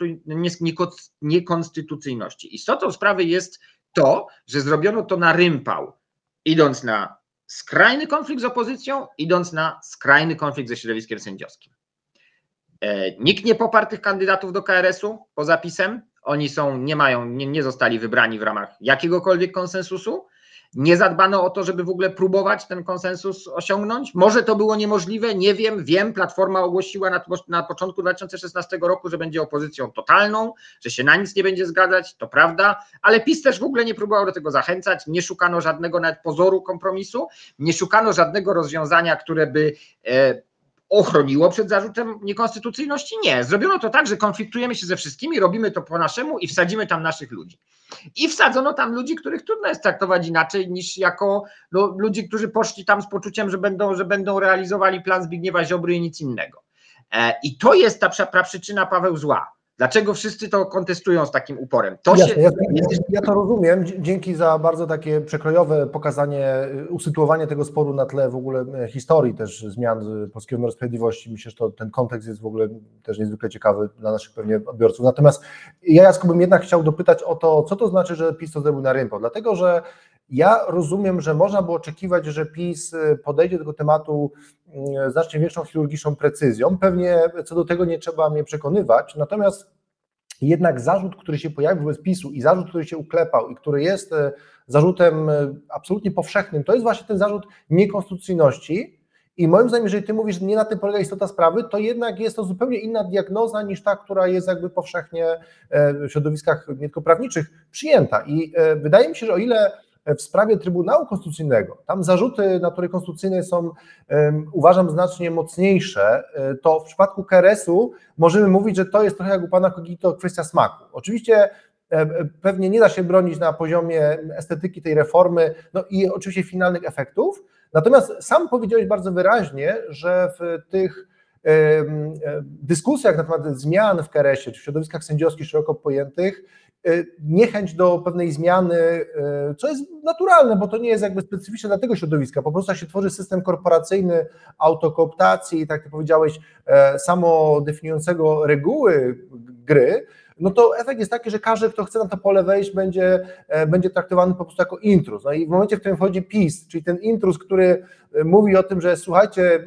niekonstytucyjności. Istotą sprawy jest to, że zrobiono to na rympał, idąc na skrajny konflikt z opozycją, idąc na skrajny konflikt ze środowiskiem sędziowskim. Nikt nie poparł tych kandydatów do KRS-u poza PiS-em. Oni nie zostali wybrani w ramach jakiegokolwiek konsensusu. Nie zadbano o to, żeby w ogóle próbować ten konsensus osiągnąć. Może to było niemożliwe, nie wiem. Platforma ogłosiła na początku 2016 roku, że będzie opozycją totalną, że się na nic nie będzie zgadzać, to prawda, ale PiS też w ogóle nie próbował do tego zachęcać, nie szukano żadnego nawet pozoru kompromisu, nie szukano żadnego rozwiązania, które by ochroniło przed zarzutem niekonstytucyjności. Nie, zrobiono to tak, że konfliktujemy się ze wszystkimi, robimy to po naszemu i wsadzimy tam naszych ludzi. I wsadzono tam ludzi, których trudno jest traktować inaczej niż jako ludzi, którzy poszli tam z poczuciem, że będą realizowali plan Zbigniewa Ziobry i nic innego. I to jest ta praprzyczyna, Paweł, zła. Dlaczego wszyscy to kontestują z takim uporem? Ja to rozumiem. Dzięki za bardzo takie przekrojowe pokazanie, usytuowanie tego sporu na tle w ogóle historii też zmian polskiego wymiaru sprawiedliwości. Myślę, że ten kontekst jest w ogóle też niezwykle ciekawy dla naszych pewnie odbiorców. Natomiast ja, Jacku, bym jednak chciał dopytać o to, co to znaczy, że PiS to zrobił na rympał. Dlatego, że ja rozumiem, że można było oczekiwać, że PiS podejdzie do tego tematu znacznie większą chirurgiczną precyzją. Pewnie co do tego nie trzeba mnie przekonywać, natomiast jednak zarzut, który się pojawił wobec PiS-u i zarzut, który się uklepał i który jest zarzutem absolutnie powszechnym, to jest właśnie ten zarzut niekonstytucyjności. I moim zdaniem, jeżeli ty mówisz, że nie na tym polega istota sprawy, to jednak jest to zupełnie inna diagnoza niż ta, która jest jakby powszechnie w środowiskach nie tylko prawniczych przyjęta. I wydaje mi się, że o ile w sprawie Trybunału Konstytucyjnego, tam zarzuty natury konstytucyjnej są, uważam, znacznie mocniejsze, to w przypadku KRS-u możemy mówić, że to jest trochę jak u pana Kogito kwestia smaku. Oczywiście pewnie nie da się bronić na poziomie estetyki tej reformy, no i oczywiście finalnych efektów, natomiast sam powiedziałeś bardzo wyraźnie, że w tych dyskusjach na temat zmian w KRS-ie, czy w środowiskach sędziowskich szeroko pojętych, niechęć do pewnej zmiany, co jest naturalne, bo to nie jest jakby specyficzne dla tego środowiska, po prostu jak się tworzy system korporacyjny autokooptacji i tak jak powiedziałeś, samo definiującego reguły gry, no to efekt jest taki, że każdy, kto chce na to pole wejść, będzie traktowany po prostu jako intruz. No i w momencie, w którym wchodzi PiS, czyli ten intruz, który mówi o tym, że słuchajcie,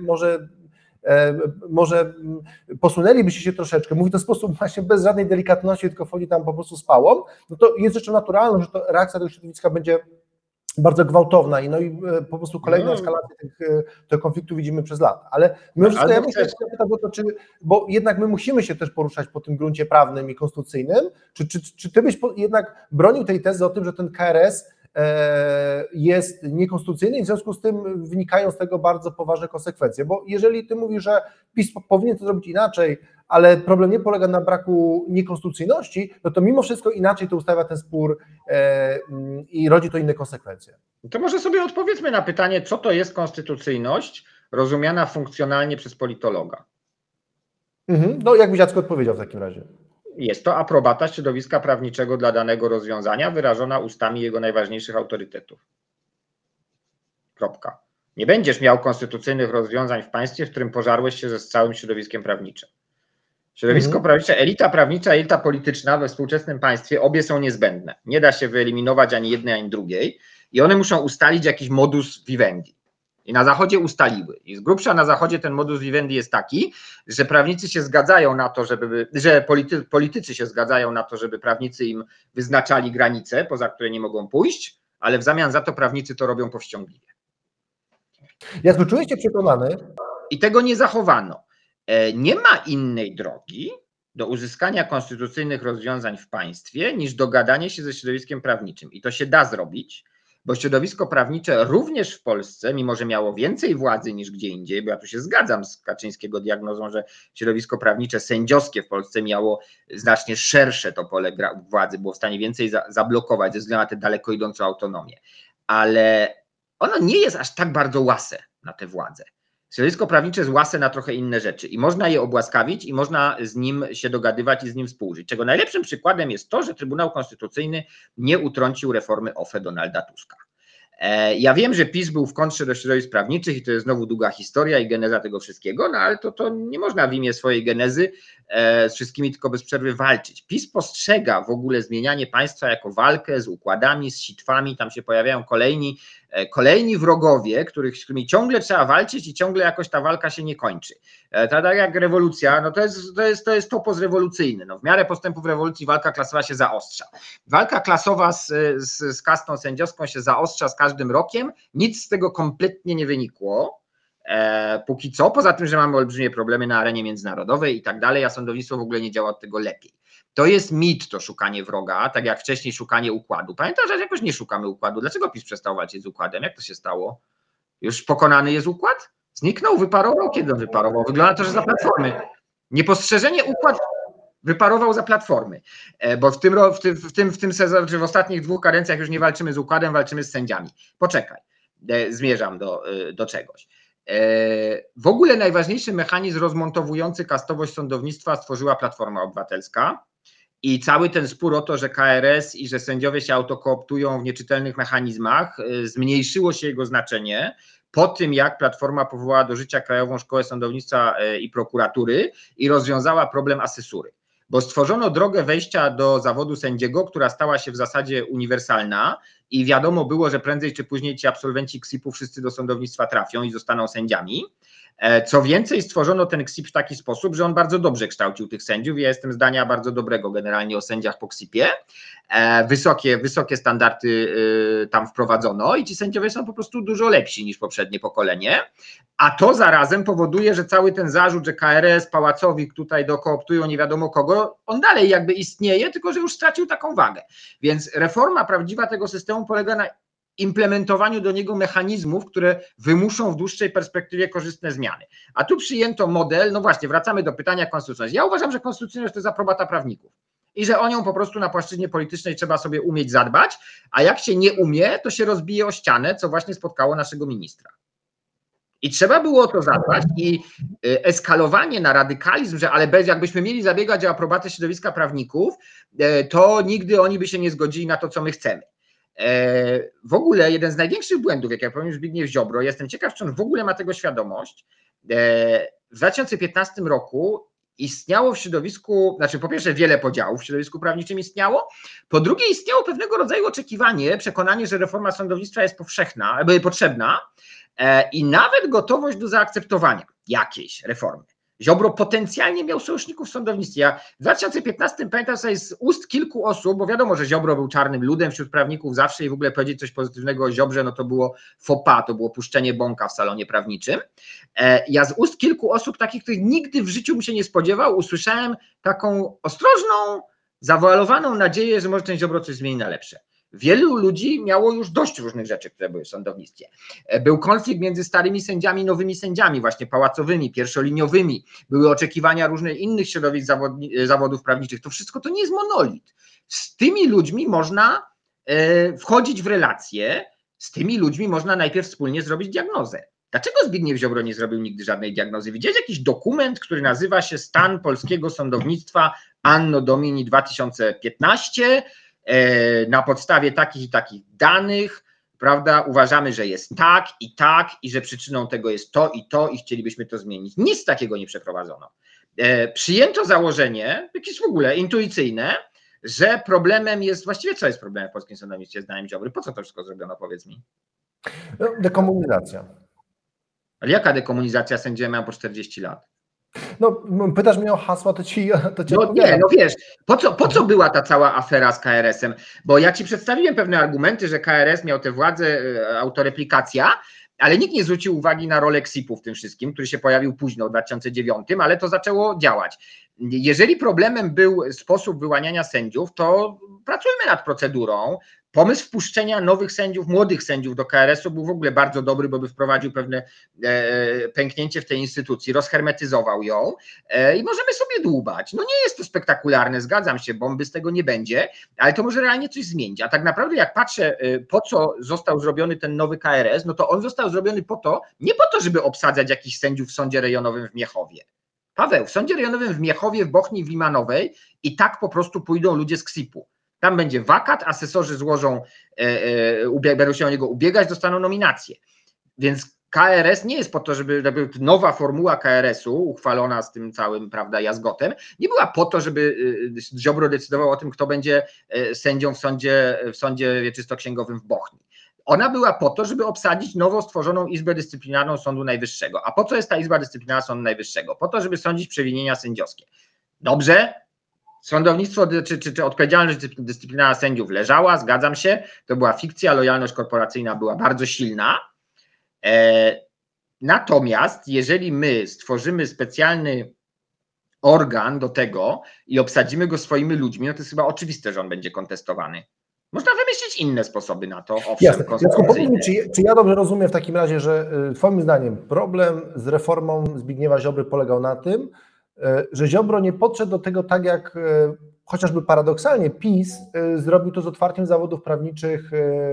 może posunęlibyście się troszeczkę, mówi to w sposób właśnie bez żadnej delikatności, tylko wchodzi tam po prostu z pałą, no to jest rzeczą naturalną, że to reakcja tego środowiska będzie bardzo gwałtowna i po prostu kolejną eskalację tego konfliktu widzimy przez lata. Ale my wszystko, ja bym chciał zapytać o to, bo jednak my musimy się też poruszać po tym gruncie prawnym i konstytucyjnym, czy ty byś jednak bronił tej tezy o tym, że ten KRS jest niekonstytucyjny i w związku z tym wynikają z tego bardzo poważne konsekwencje, bo jeżeli ty mówisz, że PiS powinien to zrobić inaczej, ale problem nie polega na braku niekonstytucyjności, no to mimo wszystko inaczej to ustawia ten spór i rodzi to inne konsekwencje. To może sobie odpowiedzmy na pytanie, co to jest konstytucyjność rozumiana funkcjonalnie przez politologa. No jakbyś, Jacku, odpowiedział w takim razie? Jest to aprobata środowiska prawniczego dla danego rozwiązania wyrażona ustami jego najważniejszych autorytetów. Kropka. Nie będziesz miał konstytucyjnych rozwiązań w państwie, w którym pożarłeś się ze całym środowiskiem prawniczym. Środowisko prawnicze, elita prawnicza, elita polityczna we współczesnym państwie, obie są niezbędne. Nie da się wyeliminować ani jednej, ani drugiej i one muszą ustalić jakiś modus vivendi. I na Zachodzie ustaliły. I z grubsza na Zachodzie ten modus vivendi jest taki, że prawnicy się zgadzają na to, że politycy się zgadzają na to, żeby prawnicy im wyznaczali granice, poza które nie mogą pójść, ale w zamian za to prawnicy to robią powściągliwie. Jacku, czułeś się przekonany? I tego nie zachowano. Nie ma innej drogi do uzyskania konstytucyjnych rozwiązań w państwie niż dogadanie się ze środowiskiem prawniczym. I to się da zrobić, bo środowisko prawnicze również w Polsce, mimo że miało więcej władzy niż gdzie indziej, bo ja tu się zgadzam z Kaczyńskiego diagnozą, że środowisko prawnicze sędziowskie w Polsce miało znacznie szersze to pole władzy, było w stanie więcej zablokować ze względu na tę daleko idącą autonomię. Ale ono nie jest aż tak bardzo łase na tę władzę. Środowisko prawnicze jest łasę na trochę inne rzeczy i można je obłaskawić i można z nim się dogadywać i z nim współżyć. Czego najlepszym przykładem jest to, że Trybunał Konstytucyjny nie utrącił reformy OFE Donalda Tuska. Ja wiem, że PiS był w kontrze do środowisk prawniczych i to jest znowu długa historia i geneza tego wszystkiego, no ale to nie można w imię swojej genezy z wszystkimi tylko bez przerwy walczyć. PiS postrzega w ogóle zmienianie państwa jako walkę z układami, z sitwami, tam się pojawiają kolejni wrogowie, z którymi ciągle trzeba walczyć i ciągle jakoś ta walka się nie kończy. Tak jak rewolucja, no to jest topos rewolucyjny. No w miarę postępów rewolucji walka klasowa się zaostrza. Walka klasowa z kastą sędziowską się zaostrza z każdym rokiem, nic z tego kompletnie nie wynikło. Póki co, poza tym, że mamy olbrzymie problemy na arenie międzynarodowej i tak dalej, a sądownictwo w ogóle nie działa od tego lepiej. To jest mit, to szukanie wroga, tak jak wcześniej szukanie układu. Pamiętasz, że jakoś nie szukamy układu. Dlaczego PiS przestał walczyć z układem? Jak to się stało? Już pokonany jest układ? Zniknął, wyparował? Kiedy on wyparował? Wygląda to, że za Platformy. Niepostrzeżenie układ wyparował za Platformy, bo w tym sezonie, czy w ostatnich 2 kadencjach już nie walczymy z układem, walczymy z sędziami. Poczekaj, zmierzam do czegoś. W ogóle najważniejszy mechanizm rozmontowujący kastowość sądownictwa stworzyła Platforma Obywatelska i cały ten spór o to, że KRS i że sędziowie się autokooptują w nieczytelnych mechanizmach, zmniejszyło się jego znaczenie po tym, jak Platforma powołała do życia Krajową Szkołę Sądownictwa i Prokuratury i rozwiązała problem asesury. Bo stworzono drogę wejścia do zawodu sędziego, która stała się w zasadzie uniwersalna i wiadomo było, że prędzej czy później ci absolwenci KSIP-u wszyscy do sądownictwa trafią i zostaną sędziami. Co więcej, stworzono ten KSIP w taki sposób, że on bardzo dobrze kształcił tych sędziów. Ja jestem zdania bardzo dobrego generalnie o sędziach po KSIP-ie. Wysokie standardy tam wprowadzono i ci sędziowie są po prostu dużo lepsi niż poprzednie pokolenie. A to zarazem powoduje, że cały ten zarzut, że KRS, Pałacowik tutaj dokooptują nie wiadomo kogo, on dalej jakby istnieje, tylko że już stracił taką wagę. Więc reforma prawdziwa tego systemu polega na implementowaniu do niego mechanizmów, które wymuszą w dłuższej perspektywie korzystne zmiany. A tu przyjęto model, no właśnie, wracamy do pytania konstytucyjności. Ja uważam, że konstytucyjność to jest aprobata prawników i że o nią po prostu na płaszczyźnie politycznej trzeba sobie umieć zadbać, a jak się nie umie, to się rozbije o ścianę, co właśnie spotkało naszego ministra. I trzeba było o to zadbać i eskalowanie na radykalizm, że ale jakbyśmy mieli zabiegać o aprobatę środowiska prawników, to nigdy oni by się nie zgodzili na to, co my chcemy. W ogóle jeden z największych błędów, jak popełnił Zbigniew Ziobro, jestem ciekaw, czy on w ogóle ma tego świadomość. W 2015 roku istniało w środowisku, znaczy po pierwsze wiele podziałów w środowisku prawniczym istniało, po drugie istniało pewnego rodzaju oczekiwanie, przekonanie, że reforma sądownictwa jest potrzebna i nawet gotowość do zaakceptowania jakiejś reformy. Ziobro potencjalnie miał sojuszników w sądownictwie. Ja w 2015 pamiętam sobie z ust kilku osób, bo wiadomo, że Ziobro był czarnym ludem wśród prawników zawsze i w ogóle powiedzieć coś pozytywnego o Ziobrze, no to było faux pas, to było puszczenie bąka w salonie prawniczym. Ja z ust kilku osób takich, których nigdy w życiu bym się nie spodziewał, usłyszałem taką ostrożną, zawoalowaną nadzieję, że może ten Ziobro coś zmieni na lepsze. Wielu ludzi miało już dość różnych rzeczy, które były w sądownictwie. Był konflikt między starymi sędziami i nowymi sędziami, właśnie pałacowymi, pierwszoliniowymi. Były oczekiwania różnych innych środowisk zawodów prawniczych. To wszystko to nie jest monolit. Z tymi ludźmi można wchodzić w relacje, z tymi ludźmi można najpierw wspólnie zrobić diagnozę. Dlaczego Zbigniew Ziobro nie zrobił nigdy żadnej diagnozy? Widziałeś jakiś dokument, który nazywa się Stan polskiego sądownictwa Anno Domini 2015, na podstawie takich i takich danych, prawda, uważamy, że jest tak i że przyczyną tego jest to i chcielibyśmy to zmienić. Nic takiego nie przeprowadzono. Przyjęto założenie, jakieś w ogóle intuicyjne, że problemem jest, właściwie co jest problemem w polskim sądownictwie zdaniem Ziobry? Po co to wszystko zrobiono, powiedz mi? No, dekomunizacja. Ale jaka dekomunizacja? Sędziowie mają po 40 lat. No, pytasz mnie o hasła, to ci No nie, no wiesz, po co była ta cała afera z KRS-em? Bo ja ci przedstawiłem pewne argumenty, że KRS miał tę władzę, autoreplikacja, ale nikt nie zwrócił uwagi na rolę KSIP-u w tym wszystkim, który się pojawił późno w 2009, ale to zaczęło działać. jeżeli problemem był sposób wyłaniania sędziów, to pracujmy nad procedurą. Pomysł wpuszczenia nowych sędziów, młodych sędziów do KRS-u był w ogóle bardzo dobry, bo by wprowadził pewne pęknięcie w tej instytucji, rozhermetyzował ją i możemy sobie dłubać. No nie jest to spektakularne, zgadzam się, bomby z tego nie będzie, ale to może realnie coś zmienić. A tak naprawdę jak patrzę, po co został zrobiony ten nowy KRS, no to on został zrobiony po to, nie po to, żeby obsadzać jakichś sędziów w sądzie rejonowym w Miechowie. Paweł, w sądzie rejonowym w Miechowie, w Bochni, w Limanowej i tak po prostu pójdą ludzie z KSIP-u. Tam będzie wakat, asesorzy złożą, będą się o niego ubiegać, dostaną nominację. Więc KRS nie jest po to, żeby nowa formuła KRS-u uchwalona z tym całym, prawda, jazgotem, nie była po to, żeby Ziobro decydował o tym, kto będzie sędzią w sądzie wieczystoksięgowym w Bochni. Ona była po to, żeby obsadzić nowo stworzoną Izbę Dyscyplinarną Sądu Najwyższego. A po co jest ta Izba Dyscyplinarna Sądu Najwyższego? Po to, żeby sądzić przewinienia sędziowskie. Dobrze, sądownictwo czy odpowiedzialność dyscyplinarna sędziów leżała, zgadzam się, to była fikcja, lojalność korporacyjna była bardzo silna. Natomiast jeżeli my stworzymy specjalny organ do tego i obsadzimy go swoimi ludźmi, no to jest chyba oczywiste, że on będzie kontestowany. Można wymyślić inne sposoby na to, owszem, Jasne. Powiedz mi, konstytucyjne. czy ja dobrze rozumiem w takim razie, że twoim zdaniem problem z reformą Zbigniewa Ziobry polegał na tym, że Ziobro nie podszedł do tego tak jak chociażby paradoksalnie PiS zrobił to z otwarciem zawodów prawniczych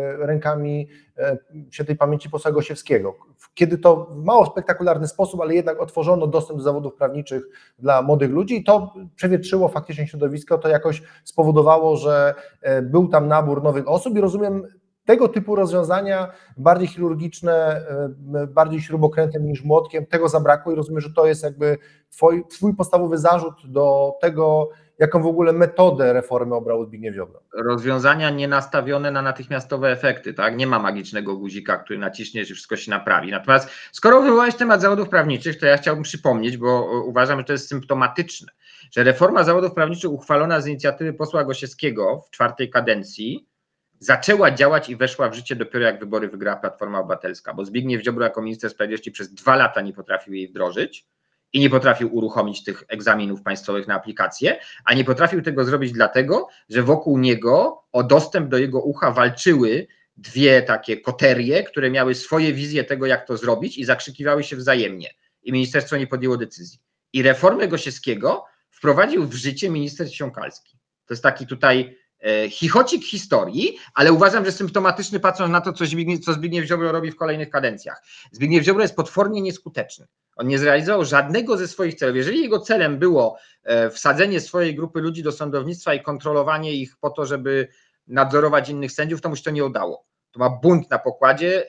rękami świętej pamięci posła Gosiewskiego. Kiedy to w mało spektakularny sposób, ale jednak otworzono dostęp do zawodów prawniczych dla młodych ludzi i to przewietrzyło faktycznie środowisko, to jakoś spowodowało, że był tam nabór nowych osób i rozumiem, tego typu rozwiązania, bardziej chirurgiczne, bardziej śrubokrętem niż młotkiem, tego zabrakło i rozumiem, że to jest jakby twój podstawowy zarzut do tego, jaką w ogóle metodę reformy obrał Zbigniew Ziobro. Rozwiązania nie nastawione na natychmiastowe efekty, tak? Nie ma magicznego guzika, który naciśniesz i wszystko się naprawi. Natomiast skoro wywołałeś temat zawodów prawniczych, to ja chciałbym przypomnieć, bo uważam, że to jest symptomatyczne, że reforma zawodów prawniczych uchwalona z inicjatywy posła Gosiewskiego w 4. kadencji zaczęła działać i weszła w życie dopiero jak wybory wygrała Platforma Obywatelska, bo Zbigniew Ziobro jako minister sprawiedliwości przez 2 lata nie potrafił jej wdrożyć i nie potrafił uruchomić tych egzaminów państwowych na aplikację, a nie potrafił tego zrobić dlatego, że wokół niego o dostęp do jego ucha walczyły 2 takie koterie, które miały swoje wizje tego, jak to zrobić i zakrzykiwały się wzajemnie i ministerstwo nie podjęło decyzji. I reformę Gosiewskiego wprowadził w życie minister Siąkalski. To jest taki tutaj chichocik historii, ale uważam, że symptomatyczny, patrząc na to, co Zbigniew Ziobro robi w kolejnych kadencjach. Zbigniew Ziobro jest potwornie nieskuteczny. On nie zrealizował żadnego ze swoich celów. Jeżeli jego celem było wsadzenie swojej grupy ludzi do sądownictwa i kontrolowanie ich po to, żeby nadzorować innych sędziów, to mu się to nie udało. To ma bunt na pokładzie,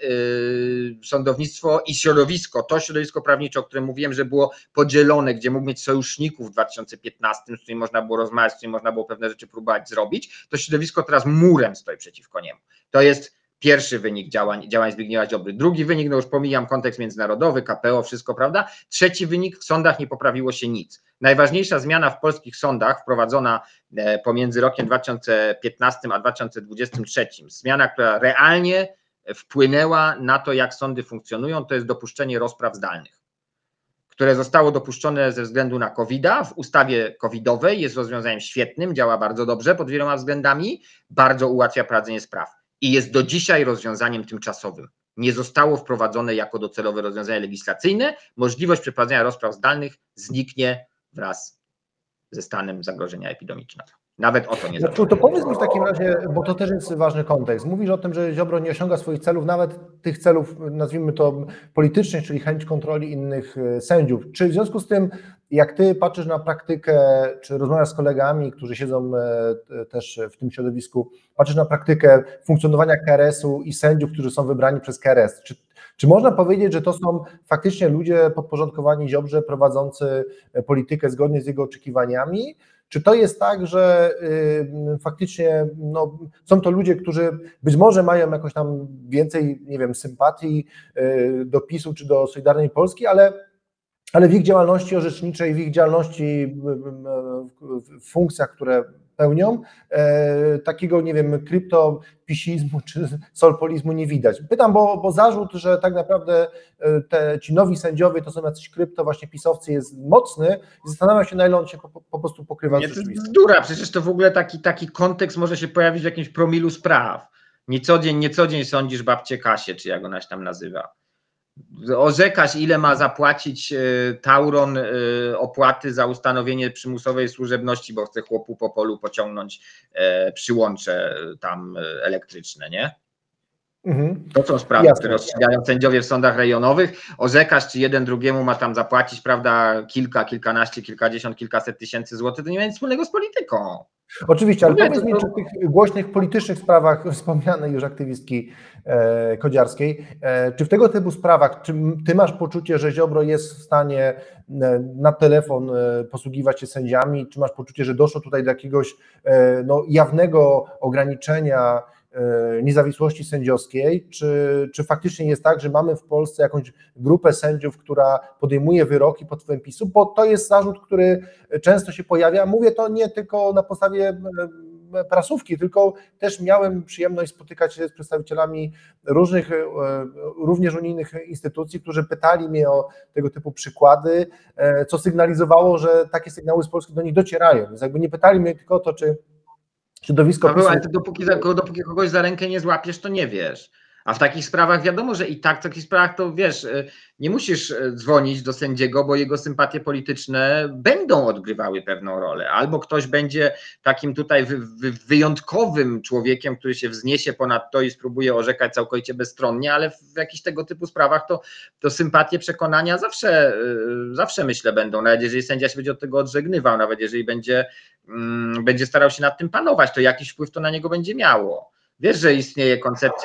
sądownictwo i środowisko, to środowisko prawnicze, o którym mówiłem, że było podzielone, gdzie mógł mieć sojuszników w 2015, z którymi można było rozmawiać, z którymi można było pewne rzeczy próbować zrobić, to środowisko teraz murem stoi przeciwko niemu. To jest pierwszy wynik działań Zbigniewa Ziobry. Drugi wynik, no już pomijam kontekst międzynarodowy, KPO, wszystko, prawda? Trzeci wynik, w sądach nie poprawiło się nic. Najważniejsza zmiana w polskich sądach wprowadzona pomiędzy rokiem 2015 a 2023, zmiana, która realnie wpłynęła na to, jak sądy funkcjonują, to jest dopuszczenie rozpraw zdalnych, które zostało dopuszczone ze względu na COVID-a w ustawie covidowej, jest rozwiązaniem świetnym, działa bardzo dobrze pod wieloma względami, bardzo ułatwia prowadzenie spraw i jest do dzisiaj rozwiązaniem tymczasowym. Nie zostało wprowadzone jako docelowe rozwiązanie legislacyjne, możliwość przeprowadzenia rozpraw zdalnych zniknie wraz ze stanem zagrożenia epidemicznego. Nawet o to nie zaczęło. To powiedz mi w takim razie, bo to też jest ważny kontekst. Mówisz o tym, że Ziobro nie osiąga swoich celów, nawet tych celów, nazwijmy to politycznych, czyli chęć kontroli innych sędziów. Czy w związku z tym, jak ty patrzysz na praktykę, czy rozmawiasz z kolegami, którzy siedzą też w tym środowisku, patrzysz na praktykę funkcjonowania KRS-u i sędziów, którzy są wybrani przez KRS, czy można powiedzieć, że to są faktycznie ludzie podporządkowani Ziobrze, prowadzący politykę zgodnie z jego oczekiwaniami? Czy to jest tak, że faktycznie są to ludzie, którzy być może mają jakoś tam więcej, nie wiem, sympatii do PiS-u czy do Solidarnej Polski, ale w ich działalności orzeczniczej, w ich działalności, w funkcjach, które pełnią, takiego, nie wiem, kryptopisizmu czy solpolizmu nie widać. Pytam, bo zarzut, że tak naprawdę ci nowi sędziowie to są jacyś właśnie pisowcy, jest mocny i zastanawiam się, na ile on się po prostu pokrywa z Nie, to jest rzeczywistością. bzdura, przecież to w ogóle taki kontekst może się pojawić w jakimś promilu spraw. Nie co dzień sądzisz babcię Kasię, czy jak ona się tam nazywa. Orzekasz, ile ma zapłacić Tauron opłaty za ustanowienie przymusowej służebności, bo chce chłopu po polu pociągnąć przyłącze tam elektryczne, nie? To są sprawy, Jasne. które rozstrzygają sędziowie w sądach rejonowych. Orzekasz, czy jeden drugiemu ma tam zapłacić, prawda, kilkanaście, kilkadziesiąt, kilkaset tysięcy złotych, to nie ma nic wspólnego z polityką. Oczywiście, ale Mówię, powiedz mi, czy w tych głośnych politycznych sprawach wspomnianej już aktywistki Kodziarskiej, czy w tego typu sprawach, czy ty masz poczucie, że Ziobro jest w stanie na telefon posługiwać się sędziami, czy masz poczucie, że doszło tutaj do jakiegoś jawnego ograniczenia niezawisłości sędziowskiej, czy faktycznie jest tak, że mamy w Polsce jakąś grupę sędziów, która podejmuje wyroki pod wpływem PiS-u, bo to jest zarzut, który często się pojawia. Mówię to nie tylko na podstawie prasówki, tylko też miałem przyjemność spotykać się z przedstawicielami różnych, również unijnych instytucji, którzy pytali mnie o tego typu przykłady, co sygnalizowało, że takie sygnały z Polski do nich docierają. Więc jakby nie pytali mnie tylko o to, czy środowisko PiS-u... Ale dopóki kogoś za rękę nie złapiesz, to nie wiesz. A w takich sprawach wiadomo, że i tak w takich sprawach to wiesz, nie musisz dzwonić do sędziego, bo jego sympatie polityczne będą odgrywały pewną rolę. Albo ktoś będzie takim tutaj wyjątkowym człowiekiem, który się wzniesie ponad to i spróbuje orzekać całkowicie bezstronnie, ale w jakichś tego typu sprawach to sympatie, przekonania zawsze myślę będą, nawet jeżeli sędzia się będzie od tego odżegnywał, nawet jeżeli będzie starał się nad tym panować, to jakiś wpływ to na niego będzie miało. Wiesz, że istnieje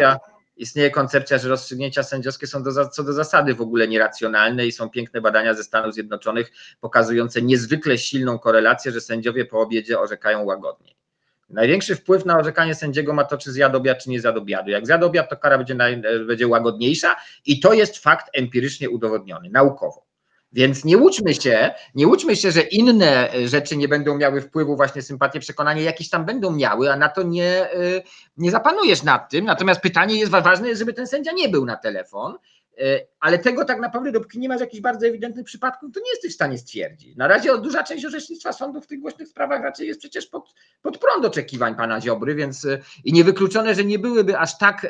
koncepcja, że rozstrzygnięcia sędziowskie są co do zasady w ogóle nieracjonalne i są piękne badania ze Stanów Zjednoczonych pokazujące niezwykle silną korelację, że sędziowie po obiedzie orzekają łagodniej. Największy wpływ na orzekanie sędziego ma to, czy zjadł obiad, czy nie zjadł obiadu. Jak zjadł obiad, to kara będzie łagodniejsza i to jest fakt empirycznie udowodniony, naukowo. Więc nie łudźmy się, że inne rzeczy nie będą miały wpływu, właśnie sympatie, przekonanie jakieś tam będą miały, a na to nie zapanujesz nad tym. Natomiast pytanie jest ważne, żeby ten sędzia nie był na telefon, ale tego tak naprawdę, dopóki nie masz jakichś bardzo ewidentnych przypadków, to nie jesteś w stanie stwierdzić. Na razie duża część orzecznictwa sądu w tych głośnych sprawach raczej jest przecież pod prąd oczekiwań pana Ziobry, więc i niewykluczone, że nie byłyby aż tak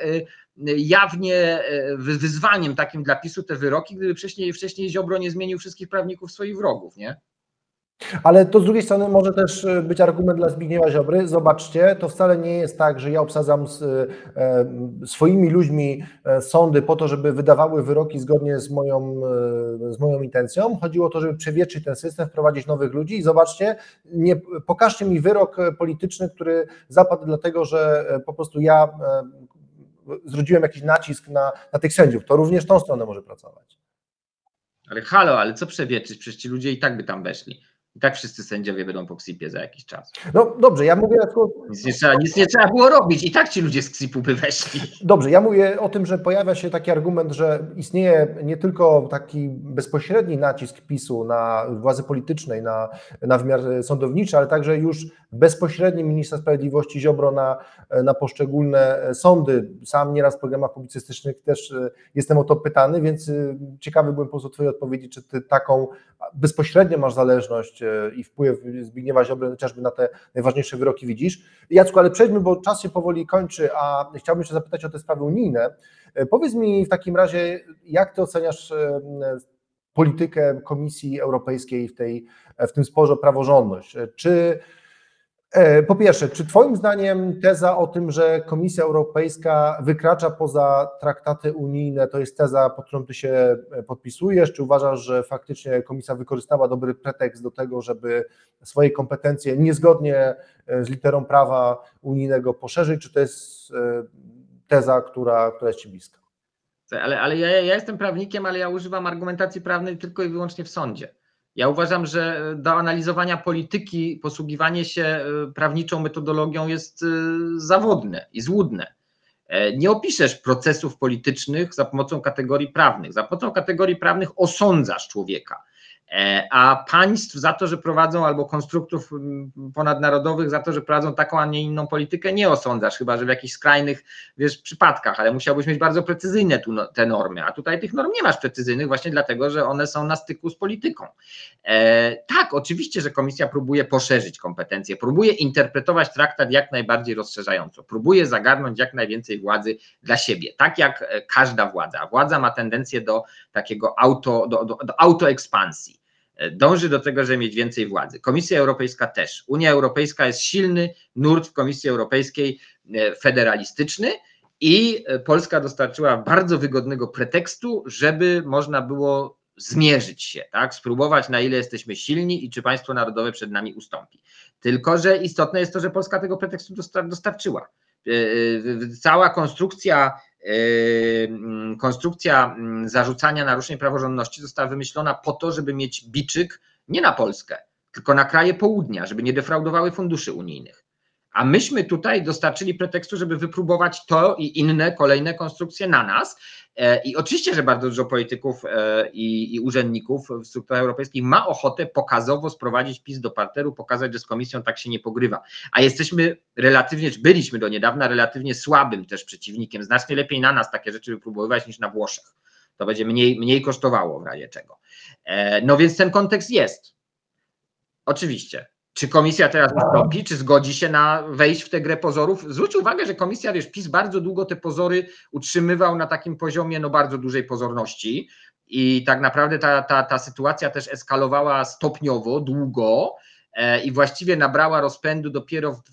jawnie wyzwaniem takim dla PiS-u te wyroki, gdyby wcześniej Ziobro nie zmienił wszystkich prawników swoich wrogów, nie? Ale to z drugiej strony może też być argument dla Zbigniewa Ziobry. Zobaczcie, to wcale nie jest tak, że ja obsadzam swoimi ludźmi sądy po to, żeby wydawały wyroki zgodnie z moją intencją. Chodziło o to, żeby przewietrzyć ten system, wprowadzić nowych ludzi i zobaczcie, pokażcie mi wyrok polityczny, który zapadł dlatego, że po prostu ja zrodziłem jakiś nacisk na tych sędziów. To również tą stronę może pracować. Ale halo, ale co przewietrzyć? Przecież ci ludzie i tak by tam weszli. I tak wszyscy sędziowie będą po ksipie za jakiś czas. No dobrze, ja mówię... Nic nie trzeba było robić, i tak ci ludzie z ksipu by weszli. Dobrze, ja mówię o tym, że pojawia się taki argument, że istnieje nie tylko taki bezpośredni nacisk PiS-u na władzy politycznej, na wymiar sądowniczy, ale także już bezpośredni ministra sprawiedliwości Ziobro na poszczególne sądy. Sam nieraz w programach publicystycznych też jestem o to pytany, więc ciekawy byłem po prostu twojej odpowiedzi, czy ty taką bezpośrednio masz zależność i wpływ Zbigniewa Ziobry chociażby na te najważniejsze wyroki widzisz. Jacku, ale przejdźmy, bo czas się powoli kończy, a chciałbym się zapytać o te sprawy unijne. Powiedz mi w takim razie, jak ty oceniasz politykę Komisji Europejskiej w tym sporze o praworządność? Po pierwsze, czy twoim zdaniem teza o tym, że Komisja Europejska wykracza poza traktaty unijne, to jest teza, pod którą ty się podpisujesz? Czy uważasz, że faktycznie Komisja wykorzystała dobry pretekst do tego, żeby swoje kompetencje niezgodnie z literą prawa unijnego poszerzyć? Czy to jest teza, która jest ci bliska? Ale ja jestem prawnikiem, ale ja używam argumentacji prawnej tylko i wyłącznie w sądzie. Ja uważam, że do analizowania polityki posługiwanie się prawniczą metodologią jest zawodne i złudne. Nie opiszesz procesów politycznych za pomocą kategorii prawnych. Za pomocą kategorii prawnych osądzasz człowieka. A państw za to, że prowadzą, albo konstruktów ponadnarodowych za to, że prowadzą taką, a nie inną politykę, nie osądzasz, chyba że w jakichś skrajnych, przypadkach, ale musiałbyś mieć bardzo precyzyjne te normy, a tutaj tych norm nie masz precyzyjnych właśnie dlatego, że one są na styku z polityką. Tak, oczywiście, że Komisja próbuje poszerzyć kompetencje, próbuje interpretować traktat jak najbardziej rozszerzająco, próbuje zagarnąć jak najwięcej władzy dla siebie, tak jak każda władza. Władza ma tendencję do takiego autoekspansji. Dąży do tego, żeby mieć więcej władzy. Komisja Europejska też. Unia Europejska jest silny nurt w Komisji Europejskiej federalistyczny i Polska dostarczyła bardzo wygodnego pretekstu, żeby można było zmierzyć się, tak? Spróbować, na ile jesteśmy silni i czy państwo narodowe przed nami ustąpi. Tylko że istotne jest to, że Polska tego pretekstu dostarczyła. Cała konstrukcja zarzucania naruszeń praworządności została wymyślona po to, żeby mieć biczyk nie na Polskę, tylko na kraje południa, żeby nie defraudowały funduszy unijnych. A myśmy tutaj dostarczyli pretekstu, żeby wypróbować to i inne kolejne konstrukcje na nas. I oczywiście, że bardzo dużo polityków i urzędników w strukturach europejskich ma ochotę pokazowo sprowadzić PiS do parteru, pokazać, że z Komisją tak się nie pogrywa. A byliśmy do niedawna relatywnie słabym też przeciwnikiem. Znacznie lepiej na nas takie rzeczy wypróbowywać niż na Włoszech. To będzie mniej kosztowało w razie czego. No więc ten kontekst jest. Oczywiście. Czy Komisja teraz ustąpi, czy zgodzi się na wejść w tę grę pozorów? Zwróć uwagę, że Komisja, PiS bardzo długo te pozory utrzymywał na takim poziomie bardzo dużej pozorności i tak naprawdę ta sytuacja też eskalowała stopniowo, długo i właściwie nabrała rozpędu dopiero w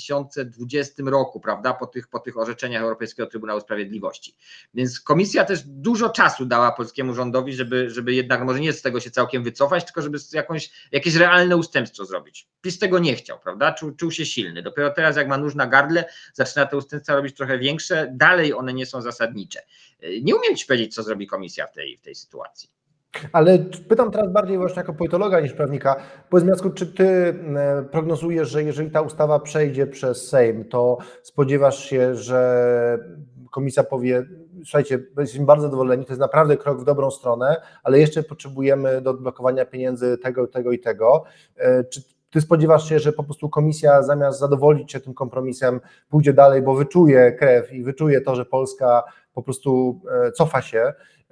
2020 roku, prawda, po tych orzeczeniach Europejskiego Trybunału Sprawiedliwości. Więc Komisja też dużo czasu dała polskiemu rządowi, żeby jednak, może nie z tego się całkiem wycofać, tylko żeby jakieś realne ustępstwo zrobić. PiS tego nie chciał, prawda, czuł się silny. Dopiero teraz, jak ma nóż na gardle, zaczyna te ustępstwa robić trochę większe, dalej one nie są zasadnicze. Nie umiem ci powiedzieć, co zrobi Komisja w tej sytuacji. Ale pytam teraz bardziej właśnie jako politologa niż prawnika. Powiedz, Jacku, czy ty prognozujesz, że jeżeli ta ustawa przejdzie przez Sejm, to spodziewasz się, że Komisja powie: słuchajcie, jesteśmy bardzo zadowoleni, to jest naprawdę krok w dobrą stronę, ale jeszcze potrzebujemy do odblokowania pieniędzy tego i tego. Czy ty spodziewasz się, że po prostu Komisja zamiast zadowolić się tym kompromisem pójdzie dalej, bo wyczuje krew i wyczuje to, że Polska po prostu cofa się,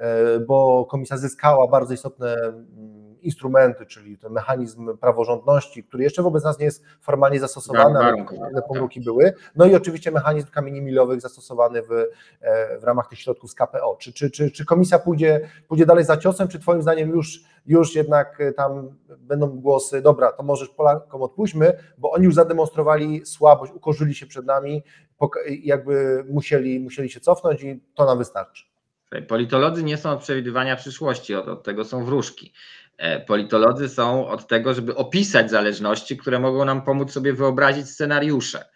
bo Komisja zyskała bardzo istotne instrumenty, czyli ten mechanizm praworządności, który jeszcze wobec nas nie jest formalnie zastosowany, ale pewne pomruki były. No i oczywiście mechanizm kamieni milowych zastosowany w ramach tych środków z KPO. Czy Komisja pójdzie dalej za ciosem, czy twoim zdaniem już jednak tam będą głosy: dobra, to może Polakom odpuśćmy, bo oni już zademonstrowali słabość, ukorzyli się przed nami, jakby musieli się cofnąć i to nam wystarczy. Politolodzy nie są od przewidywania przyszłości, od tego są wróżki. Politolodzy są od tego, żeby opisać zależności, które mogą nam pomóc sobie wyobrazić scenariusze.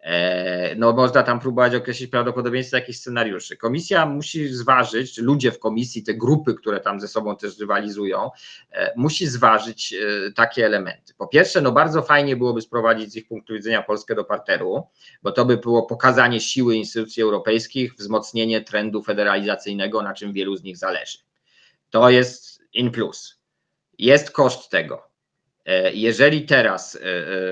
No można tam próbować określić prawdopodobieństwo jakichś scenariuszy. Komisja musi zważyć, czy ludzie w komisji, te grupy, które tam ze sobą też rywalizują, musi zważyć takie elementy. Po pierwsze, no bardzo fajnie byłoby sprowadzić z ich punktu widzenia Polskę do parteru, bo to by było pokazanie siły instytucji europejskich, wzmocnienie trendu federalizacyjnego, na czym wielu z nich zależy. To jest in plus. Jest koszt tego. Jeżeli teraz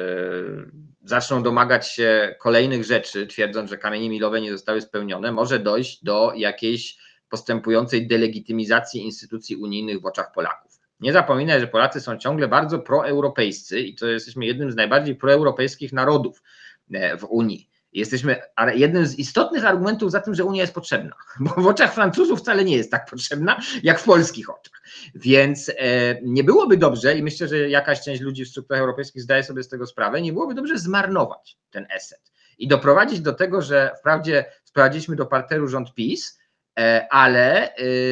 zaczną domagać się kolejnych rzeczy, twierdząc, że kamienie milowe nie zostały spełnione, może dojść do jakiejś postępującej delegitymizacji instytucji unijnych w oczach Polaków. Nie zapominaj, że Polacy są ciągle bardzo proeuropejscy i to jesteśmy jednym z najbardziej proeuropejskich narodów w Unii. Jesteśmy jednym z istotnych argumentów za tym, że Unia jest potrzebna, bo w oczach Francuzów wcale nie jest tak potrzebna, jak w polskich oczach. Więc nie byłoby dobrze, i myślę, że jakaś część ludzi w strukturach europejskich zdaje sobie z tego sprawę, nie byłoby dobrze zmarnować ten eset i doprowadzić do tego, że wprawdzie sprowadziliśmy do parteru rząd PiS, ale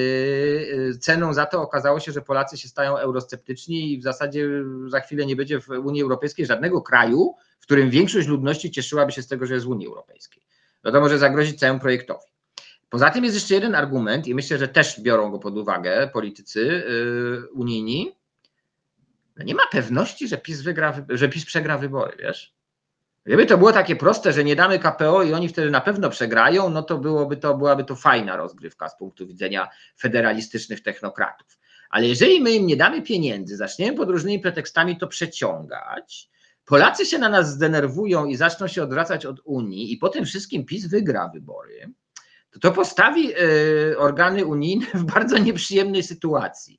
ceną za to okazało się, że Polacy się stają eurosceptyczni i w zasadzie za chwilę nie będzie w Unii Europejskiej żadnego kraju, w którym większość ludności cieszyłaby się z tego, że jest w Unii Europejskiej. No to może zagrozić całemu projektowi. Poza tym jest jeszcze jeden argument i myślę, że też biorą go pod uwagę politycy unijni. No nie ma pewności, że PiS przegra wybory, wiesz? Gdyby to było takie proste, że nie damy KPO i oni wtedy na pewno przegrają, no to byłaby to fajna rozgrywka z punktu widzenia federalistycznych technokratów. Ale jeżeli my im nie damy pieniędzy, zaczniemy pod różnymi pretekstami to przeciągać, Polacy się na nas zdenerwują i zaczną się odwracać od Unii i po tym wszystkim PiS wygra wybory, to postawi organy unijne w bardzo nieprzyjemnej sytuacji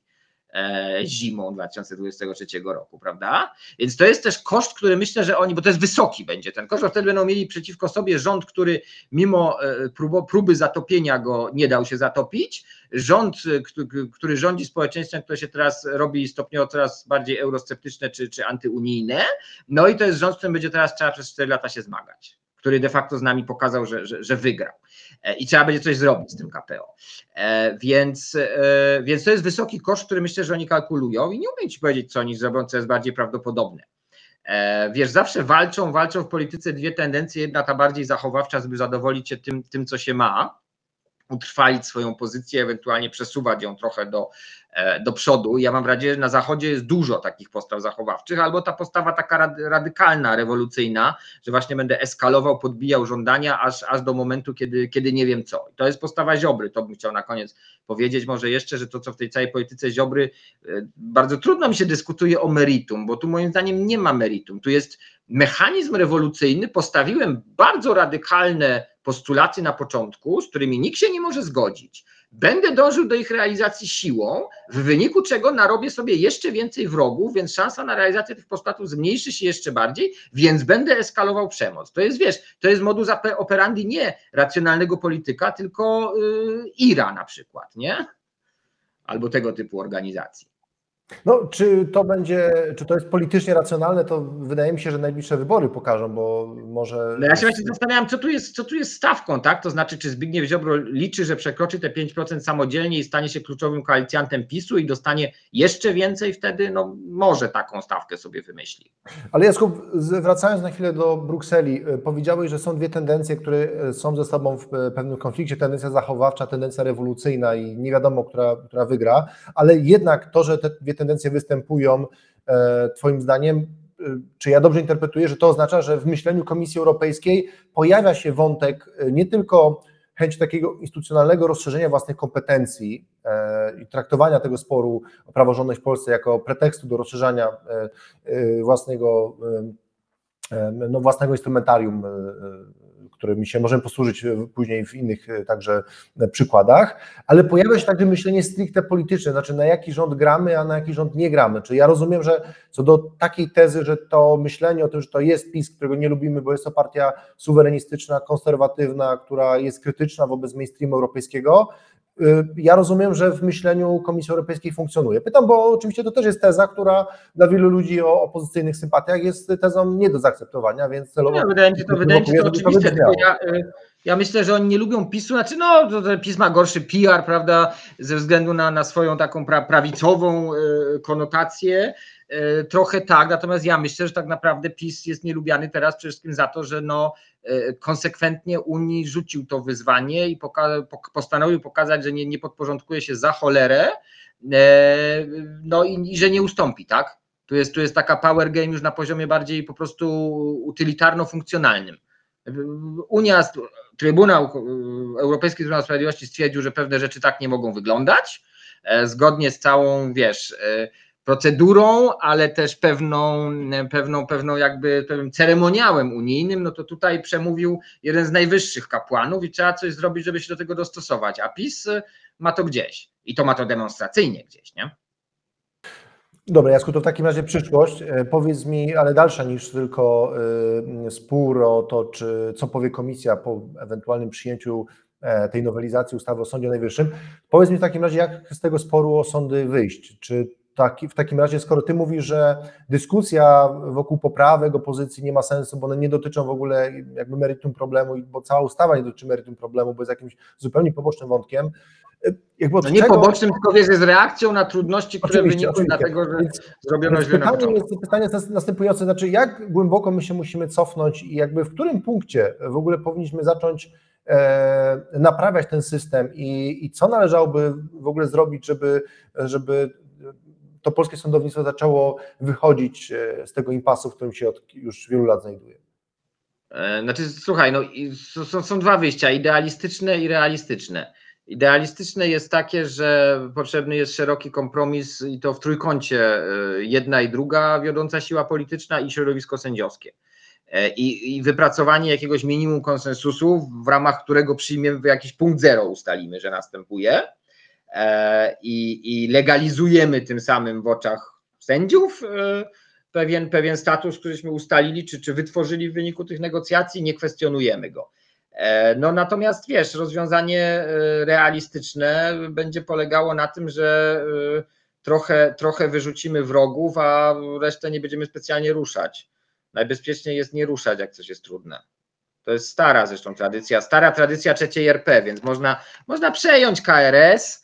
zimą 2023 roku, prawda? Więc to jest też koszt, który myślę, że oni, bo to jest wysoki będzie ten koszt, bo wtedy będą mieli przeciwko sobie rząd, który mimo próby zatopienia go nie dał się zatopić, rząd, który rządzi społeczeństwem, które się teraz robi stopniowo coraz bardziej eurosceptyczne czy antyunijne, no i to jest rząd, z którym będzie teraz trzeba przez 4 lata się zmagać, który de facto z nami pokazał, że wygrał. I trzeba będzie coś zrobić z tym KPO. Więc to jest wysoki koszt, który myślę, że oni kalkulują i nie umiem ci powiedzieć, co oni zrobią, co jest bardziej prawdopodobne. Wiesz, zawsze walczą w polityce dwie tendencje. Jedna ta bardziej zachowawcza, żeby zadowolić się tym, co się ma, utrwalić swoją pozycję, ewentualnie przesuwać ją trochę do przodu. Ja mam wrażenie, że na Zachodzie jest dużo takich postaw zachowawczych, albo ta postawa taka radykalna, rewolucyjna, że właśnie będę eskalował, podbijał żądania aż do momentu, kiedy nie wiem co. I to jest postawa Ziobry, to bym chciał na koniec powiedzieć może jeszcze, że to, co w tej całej polityce Ziobry, bardzo trudno mi się dyskutuje o meritum, bo tu moim zdaniem nie ma meritum. Tu jest mechanizm rewolucyjny, postawiłem bardzo radykalne postulaty na początku, z którymi nikt się nie może zgodzić. Będę dążył do ich realizacji siłą, w wyniku czego narobię sobie jeszcze więcej wrogów, więc szansa na realizację tych postulatów zmniejszy się jeszcze bardziej, więc będę eskalował przemoc. To jest, wiesz, to jest modus operandi nie racjonalnego polityka, tylko IRA na przykład, nie? Albo tego typu organizacji. No, czy to jest politycznie racjonalne, to wydaje mi się, że najbliższe wybory pokażą, bo może... No ja się właśnie zastanawiam, co tu jest stawką, tak? To znaczy, czy Zbigniew Ziobro liczy, że przekroczy te 5% samodzielnie i stanie się kluczowym koalicjantem PiS-u i dostanie jeszcze więcej wtedy? No może taką stawkę sobie wymyśli. Ale Jakub, wracając na chwilę do Brukseli, powiedziałeś, że są dwie tendencje, które są ze sobą w pewnym konflikcie, tendencja zachowawcza, tendencja rewolucyjna i nie wiadomo, która wygra, ale jednak to, że te dwie tendencje występują, twoim zdaniem, czy ja dobrze interpretuję, że to oznacza, że w myśleniu Komisji Europejskiej pojawia się wątek nie tylko chęci takiego instytucjonalnego rozszerzenia własnych kompetencji i traktowania tego sporu o praworządność w Polsce jako pretekstu do rozszerzania własnego instrumentarium, którym się możemy posłużyć później w innych także przykładach, ale pojawia się także myślenie stricte polityczne, znaczy na jaki rząd gramy, a na jaki rząd nie gramy. Czyli ja rozumiem, że co do takiej tezy, że to myślenie o tym, że to jest PiS, którego nie lubimy, bo jest to partia suwerenistyczna, konserwatywna, która jest krytyczna wobec mainstreamu europejskiego, ja rozumiem, że w myśleniu Komisji Europejskiej funkcjonuje. Pytam, bo oczywiście to też jest teza, która dla wielu ludzi o opozycyjnych sympatiach jest tezą nie do zaakceptowania, więc celowo... No, wydaje mi się to oczywiste, tylko ja myślę, że oni nie lubią PiS-u, znaczy PiS ma gorszy PR, prawda, ze względu na swoją taką prawicową konotację, trochę tak, natomiast ja myślę, że tak naprawdę PiS jest nielubiany teraz przede wszystkim za to, że konsekwentnie Unii rzucił to wyzwanie i postanowił pokazać, że nie podporządkuje się za cholerę, no i że nie ustąpi, tak? Tu jest taka power game już na poziomie bardziej po prostu utylitarno-funkcjonalnym. Europejski Trybunał Sprawiedliwości stwierdził, że pewne rzeczy tak nie mogą wyglądać, zgodnie z całą, procedurą, ale też pewną jakby pewnym ceremoniałem unijnym, no to tutaj przemówił jeden z najwyższych kapłanów i trzeba coś zrobić, żeby się do tego dostosować, a PiS ma to gdzieś i to ma to demonstracyjnie gdzieś, nie? Dobra, Jacku, to w takim razie przyszłość. Powiedz mi, ale dalsza niż tylko spór o to, co powie komisja po ewentualnym przyjęciu tej nowelizacji ustawy o Sądzie Najwyższym. Powiedz mi w takim razie, jak z tego sporu o sądy wyjść? Czy w takim razie, skoro ty mówisz, że dyskusja wokół poprawek opozycji nie ma sensu, bo one nie dotyczą w ogóle jakby meritum problemu, bo cała ustawa nie dotyczy meritum problemu, bo jest jakimś zupełnie pobocznym wątkiem. Nie pobocznym, tylko jest reakcją na trudności, które wynikły dlatego, że zrobiono źle na początku. Pytanie jest następujące, znaczy jak głęboko my się musimy cofnąć i jakby w którym punkcie w ogóle powinniśmy zacząć naprawiać ten system i co należałoby w ogóle zrobić, żeby to polskie sądownictwo zaczęło wychodzić z tego impasu, w którym się od już wielu lat znajduje. Znaczy, słuchaj, są dwa wyjścia, idealistyczne i realistyczne. Idealistyczne jest takie, że potrzebny jest szeroki kompromis i to w trójkącie jedna i druga wiodąca siła polityczna i środowisko sędziowskie. I wypracowanie jakiegoś minimum konsensusu, w ramach którego przyjmiemy jakiś punkt zero, ustalimy, że następuje i legalizujemy tym samym w oczach sędziów pewien status, któryśmy ustalili, czy wytworzyli w wyniku tych negocjacji, nie kwestionujemy go. No natomiast wiesz, rozwiązanie realistyczne będzie polegało na tym, że trochę wyrzucimy wrogów, a resztę nie będziemy specjalnie ruszać. Najbezpieczniej jest nie ruszać, jak coś jest trudne. To jest stara zresztą tradycja, stara tradycja III RP, więc można przejąć KRS,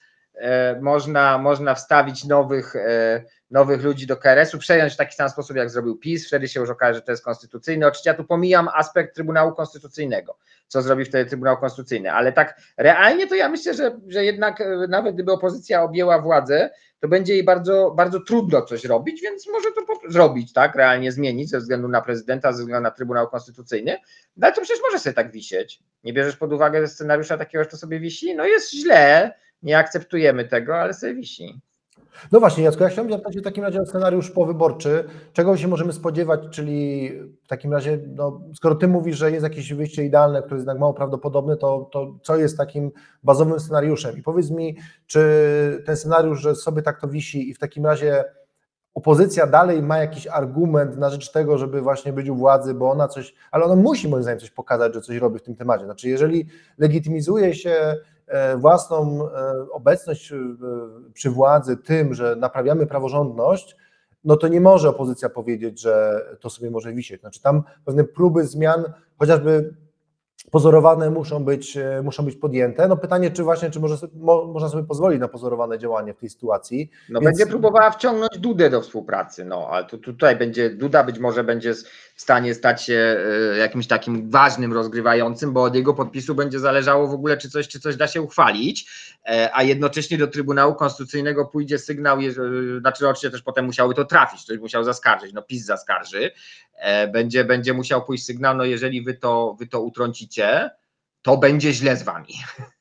można wstawić nowych ludzi do KRS-u, przejąć w taki sam sposób, jak zrobił PiS, wtedy się już okaże, że to jest konstytucyjne. Oczywiście ja tu pomijam aspekt Trybunału Konstytucyjnego, co zrobi wtedy Trybunał Konstytucyjny, ale tak realnie to ja myślę, że jednak nawet gdyby opozycja objęła władzę, to będzie jej bardzo, bardzo trudno coś robić, więc może to zrobić, tak, realnie zmienić ze względu na prezydenta, ze względu na Trybunał Konstytucyjny, no ale to przecież może sobie tak wisieć. Nie bierzesz pod uwagę scenariusza takiego, że to sobie wisi? No jest źle, nie akceptujemy tego, ale sobie wisi. No właśnie, Jacku, ja chciałbym zapytać w takim razie o scenariusz powyborczy. Czego się możemy spodziewać, czyli w takim razie, no, skoro ty mówisz, że jest jakieś wyjście idealne, które jest jednak mało prawdopodobne, to co jest takim bazowym scenariuszem? I powiedz mi, czy ten scenariusz, że sobie tak to wisi i w takim razie opozycja dalej ma jakiś argument na rzecz tego, żeby właśnie być u władzy, bo ona coś, ale ona musi moim zdaniem coś pokazać, że coś robi w tym temacie. Znaczy, jeżeli legitymizuje się własną obecność przy władzy tym, że naprawiamy praworządność, no to nie może opozycja powiedzieć, że to sobie może wisieć. Znaczy tam pewne próby zmian, chociażby pozorowane muszą być podjęte. No pytanie, czy można sobie pozwolić na pozorowane działanie w tej sytuacji. No więc będzie próbowała wciągnąć Dudę do współpracy, no ale tutaj będzie Duda, być może będzie w stanie stać się jakimś takim ważnym rozgrywającym, bo od jego podpisu będzie zależało w ogóle, czy coś da się uchwalić, a jednocześnie do Trybunału Konstytucyjnego pójdzie sygnał, znaczy oczywiście też potem musiały to trafić, ktoś musiał zaskarżyć, no PiS zaskarży, będzie musiał pójść sygnał, no jeżeli wy to utrącicie, to będzie źle z wami.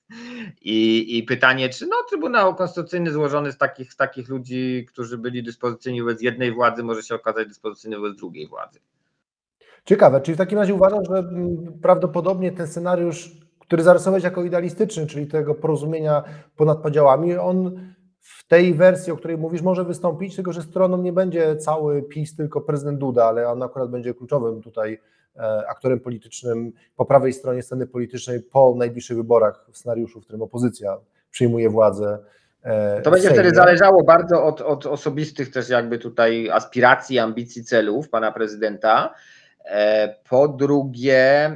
I pytanie, czy Trybunał Konstytucyjny złożony z takich ludzi, którzy byli dyspozycyjni wobec jednej władzy, może się okazać dyspozycyjny wobec drugiej władzy. Ciekawe, czyli w takim razie uważam, że prawdopodobnie ten scenariusz, który zarysowałeś jako idealistyczny, czyli tego porozumienia ponad podziałami, on w tej wersji, o której mówisz, może wystąpić, tylko że stroną nie będzie cały PiS, tylko prezydent Duda, ale on akurat będzie kluczowym tutaj aktorem politycznym po prawej stronie sceny politycznej po najbliższych wyborach w scenariuszu, w którym opozycja przyjmuje władzę. To będzie wtedy zależało bardzo od osobistych też jakby tutaj aspiracji, ambicji, celów pana prezydenta. Po drugie,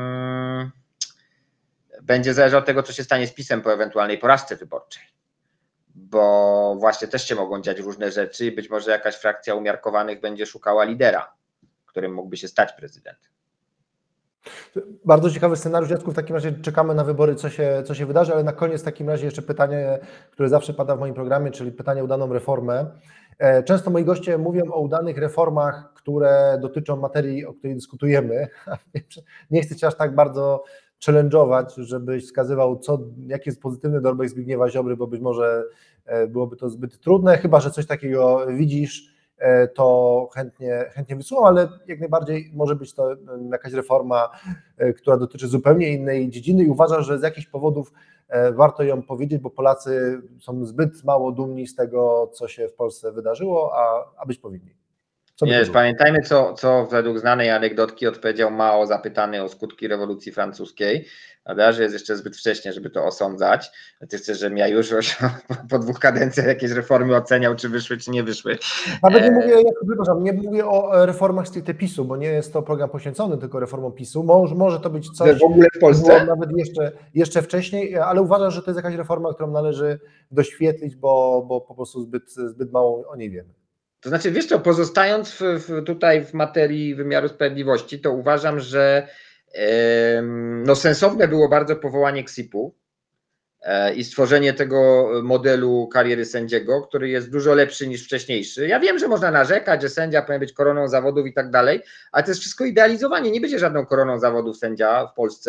będzie zależało od tego, co się stanie z PiS-em po ewentualnej porażce wyborczej, bo właśnie też się mogą dziać różne rzeczy i być może jakaś frakcja umiarkowanych będzie szukała lidera, którym mógłby się stać prezydent. Bardzo ciekawy scenariusz, Jacku, w takim razie czekamy na wybory, co się wydarzy, ale na koniec w takim razie jeszcze pytanie, które zawsze pada w moim programie, czyli pytanie o udaną reformę. Często moi goście mówią o udanych reformach, które dotyczą materii, o której dyskutujemy. Nie chcę Cię aż tak bardzo challenge'ować, żebyś wskazywał, jaki jest pozytywny dorobek Zbigniewa Ziobry, bo być może byłoby to zbyt trudne, chyba że coś takiego widzisz, to chętnie wysyłam, ale jak najbardziej może być to jakaś reforma, która dotyczy zupełnie innej dziedziny i uważam, że z jakichś powodów warto ją powiedzieć, bo Polacy są zbyt mało dumni z tego, co się w Polsce wydarzyło, a być powinni. Pamiętajmy, co według znanej anegdotki odpowiedział Mao, zapytany o skutki rewolucji francuskiej, prawda, że jest jeszcze zbyt wcześnie, żeby to osądzać. Ty chcesz, żebym ja już po 2 kadencjach jakieś reformy oceniał, czy wyszły, czy nie wyszły. Nawet nie mówię o reformach stricte PiS-u, bo nie jest to program poświęcony tylko reformom PiS-u. Może to być coś w ogóle w Polsce? Nawet jeszcze wcześniej, ale uważam, że to jest jakaś reforma, którą należy doświetlić, bo po prostu zbyt mało o niej wiemy. To znaczy, wiesz co, pozostając tutaj w materii wymiaru sprawiedliwości, to uważam, że sensowne było bardzo powołanie KSIP-u i stworzenie tego modelu kariery sędziego, który jest dużo lepszy niż wcześniejszy. Ja wiem, że można narzekać, że sędzia powinien być koroną zawodów i tak dalej, ale to jest wszystko idealizowanie. Nie będzie żadną koroną zawodów sędzia w Polsce.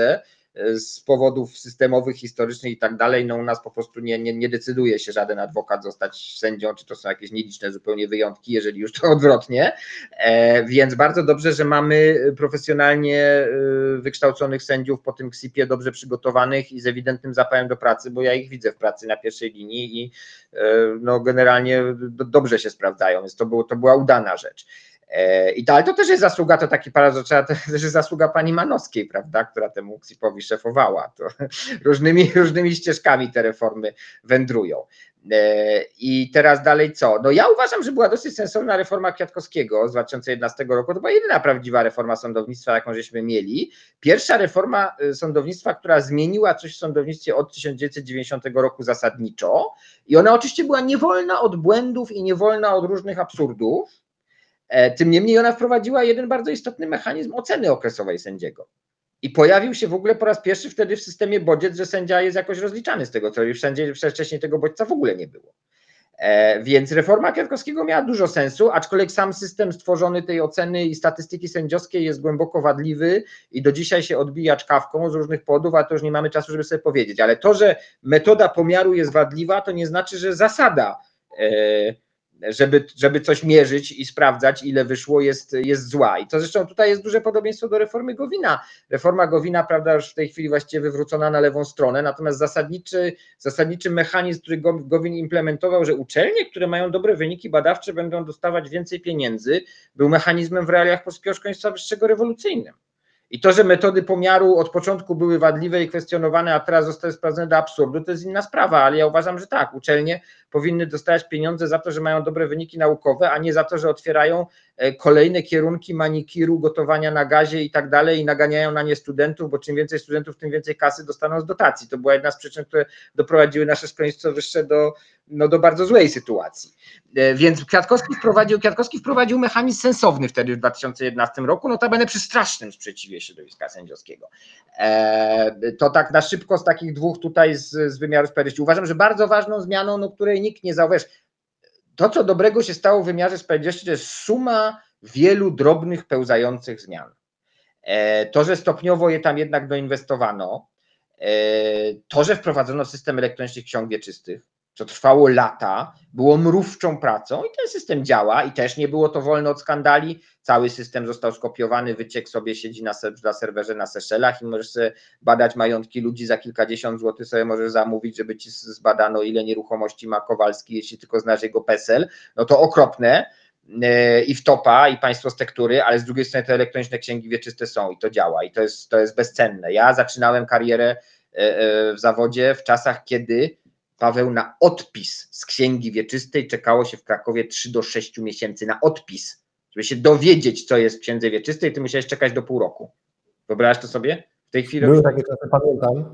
z powodów systemowych, historycznych i tak dalej, no u nas po prostu nie decyduje się żaden adwokat zostać sędzią, czy to są jakieś nieliczne zupełnie wyjątki, jeżeli już to odwrotnie, więc bardzo dobrze, że mamy profesjonalnie wykształconych sędziów po tym KSIP-ie, dobrze przygotowanych i z ewidentnym zapałem do pracy, bo ja ich widzę w pracy na pierwszej linii i no generalnie dobrze się sprawdzają, więc to była udana rzecz. Ale to też jest zasługa, to taki paradoks, to też jest zasługa pani Manowskiej, prawda, która temu KSIP-owi szefowała. To różnymi ścieżkami te reformy wędrują. I teraz dalej co? No ja uważam, że była dosyć sensowna reforma Kwiatkowskiego z 2011 roku. To była jedyna prawdziwa reforma sądownictwa, jaką żeśmy mieli. Pierwsza reforma sądownictwa, która zmieniła coś w sądownictwie od 1990 roku zasadniczo. I ona oczywiście była niewolna od błędów i niewolna od różnych absurdów. Tym niemniej ona wprowadziła jeden bardzo istotny mechanizm oceny okresowej sędziego. I pojawił się w ogóle po raz pierwszy wtedy w systemie bodziec, że sędzia jest jakoś rozliczany z tego, co już wcześniej tego bodźca w ogóle nie było. Więc reforma Kwiatkowskiego miała dużo sensu, aczkolwiek sam system stworzony tej oceny i statystyki sędziowskiej jest głęboko wadliwy i do dzisiaj się odbija czkawką z różnych powodów, a to już nie mamy czasu, żeby sobie powiedzieć. Ale to, że metoda pomiaru jest wadliwa, to nie znaczy, że zasada, żeby coś mierzyć i sprawdzać, ile wyszło, jest zła. I to zresztą tutaj jest duże podobieństwo do reformy Gowina. Reforma Gowina, prawda, już w tej chwili właściwie wywrócona na lewą stronę, natomiast zasadniczy mechanizm, który Gowin implementował, że uczelnie, które mają dobre wyniki badawcze, będą dostawać więcej pieniędzy, był mechanizmem w realiach polskiego szkolnictwa wyższego rewolucyjnym. I to, że metody pomiaru od początku były wadliwe i kwestionowane, a teraz zostały sprowadzone do absurdu, to jest inna sprawa, ale ja uważam, że tak, uczelnie powinny dostawać pieniądze za to, że mają dobre wyniki naukowe, a nie za to, że otwierają kolejne kierunki manikiru, gotowania na gazie i tak dalej i naganiają na nie studentów, bo czym więcej studentów, tym więcej kasy dostaną z dotacji. To była jedna z przyczyn, które doprowadziły nasze szkolnictwo wyższe do bardzo złej sytuacji. Więc Kwiatkowski wprowadził mechanizm sensowny wtedy w 2011 roku, notabene przy strasznym sprzeciwie środowiska sędziowskiego. To tak na szybko z takich dwóch tutaj z wymiaru sprawiedliwości. Uważam, że bardzo ważną zmianą, której nikt nie zauważy, to co dobrego się stało w wymiarze sprawiedliwości, to jest suma wielu drobnych, pełzających zmian. To, że stopniowo je tam jednak doinwestowano, to, że wprowadzono system elektronicznych ksiąg wieczystych, co trwało lata, było mrówczą pracą i ten system działa i też nie było to wolne od skandali. Cały system został skopiowany, wyciek sobie siedzi na serwerze na Seszelach i możesz sobie badać majątki ludzi za kilkadziesiąt złotych, sobie możesz zamówić, żeby ci zbadano, ile nieruchomości ma Kowalski, jeśli tylko znasz jego PESEL. No to okropne i wtopa i państwo z tektury, ale z drugiej strony te elektroniczne księgi wieczyste są i to działa i to jest bezcenne. Ja zaczynałem karierę w zawodzie w czasach, kiedy Paweł, na odpis z księgi wieczystej czekało się w Krakowie 3 do 6 miesięcy na odpis. Żeby się dowiedzieć, co jest w księdze wieczystej, ty musiałeś czekać do pół roku. Wyobrażasz to sobie? W tej chwili były takie czasy, pamiętam.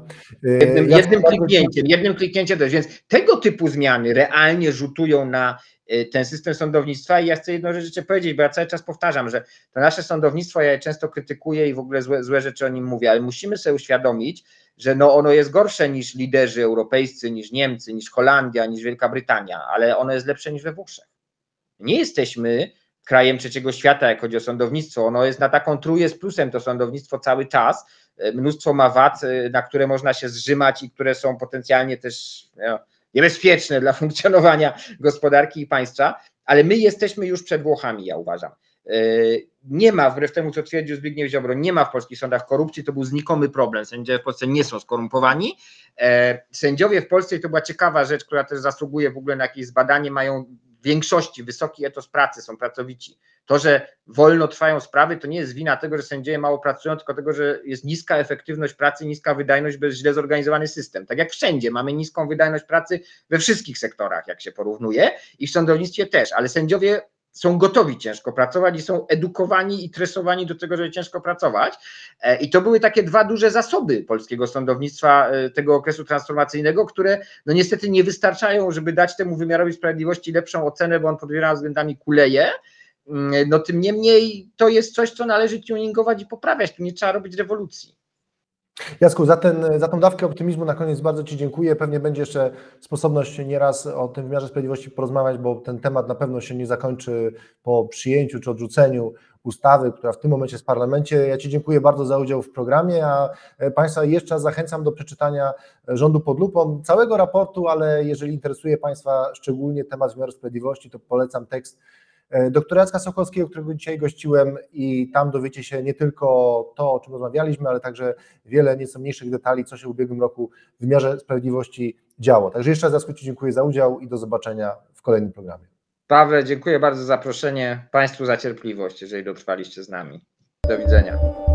Jednym kliknięciem też. Więc tego typu zmiany realnie rzutują na ten system sądownictwa i ja chcę jedną rzecz jeszcze powiedzieć, bo ja cały czas powtarzam, że to nasze sądownictwo, ja je często krytykuję i w ogóle złe rzeczy o nim mówię, ale musimy sobie uświadomić, że no ono jest gorsze niż liderzy europejscy, niż Niemcy, niż Holandia, niż Wielka Brytania, ale ono jest lepsze niż we Włoszech. Nie jesteśmy krajem trzeciego świata, jak chodzi o sądownictwo. Ono jest na taką trójkę z plusem, to sądownictwo cały czas. Mnóstwo ma wad, na które można się zrzymać i które są potencjalnie też niebezpieczne dla funkcjonowania gospodarki i państwa, ale my jesteśmy już przed Włochami, ja uważam. Nie ma, wbrew temu co twierdził Zbigniew Ziobro, nie ma w polskich sądach korupcji, to był znikomy problem. Sędziowie w Polsce nie są skorumpowani. Sędziowie w Polsce, i to była ciekawa rzecz, która też zasługuje w ogóle na jakieś zbadanie, mają w większości wysoki etos pracy, są pracowici. To, że wolno trwają sprawy, to nie jest wina tego, że sędziowie mało pracują, tylko tego, że jest niska efektywność pracy, niska wydajność, bo jest źle zorganizowany system. Tak jak wszędzie, mamy niską wydajność pracy we wszystkich sektorach, jak się porównuje, i w sądownictwie też, ale sędziowie są gotowi ciężko pracować i są edukowani i tresowani do tego, żeby ciężko pracować. I to były takie dwa duże zasoby polskiego sądownictwa tego okresu transformacyjnego, które no niestety nie wystarczają, żeby dać temu wymiarowi sprawiedliwości lepszą ocenę, bo on pod wieloma względami kuleje. No tym niemniej to jest coś, co należy tuningować i poprawiać. Tu nie trzeba robić rewolucji. Jacku, za tą dawkę optymizmu na koniec bardzo Ci dziękuję. Pewnie będzie jeszcze sposobność nieraz o tym wymiarze sprawiedliwości porozmawiać, bo ten temat na pewno się nie zakończy po przyjęciu czy odrzuceniu ustawy, która w tym momencie jest w parlamencie. Ja Ci dziękuję bardzo za udział w programie, a Państwa jeszcze raz zachęcam do przeczytania Rządu pod lupą, całego raportu, ale jeżeli interesuje Państwa szczególnie temat wymiaru sprawiedliwości, to polecam tekst doktora Jacka Sokolskiego, którego dzisiaj gościłem, i tam dowiecie się nie tylko to, o czym rozmawialiśmy, ale także wiele nieco mniejszych detali, co się w ubiegłym roku w wymiarze sprawiedliwości działo. Także jeszcze raz Jacku Ci dziękuję za udział i do zobaczenia w kolejnym programie. Pawle, dziękuję bardzo za zaproszenie, Państwu za cierpliwość, jeżeli dotrwaliście z nami. Do widzenia.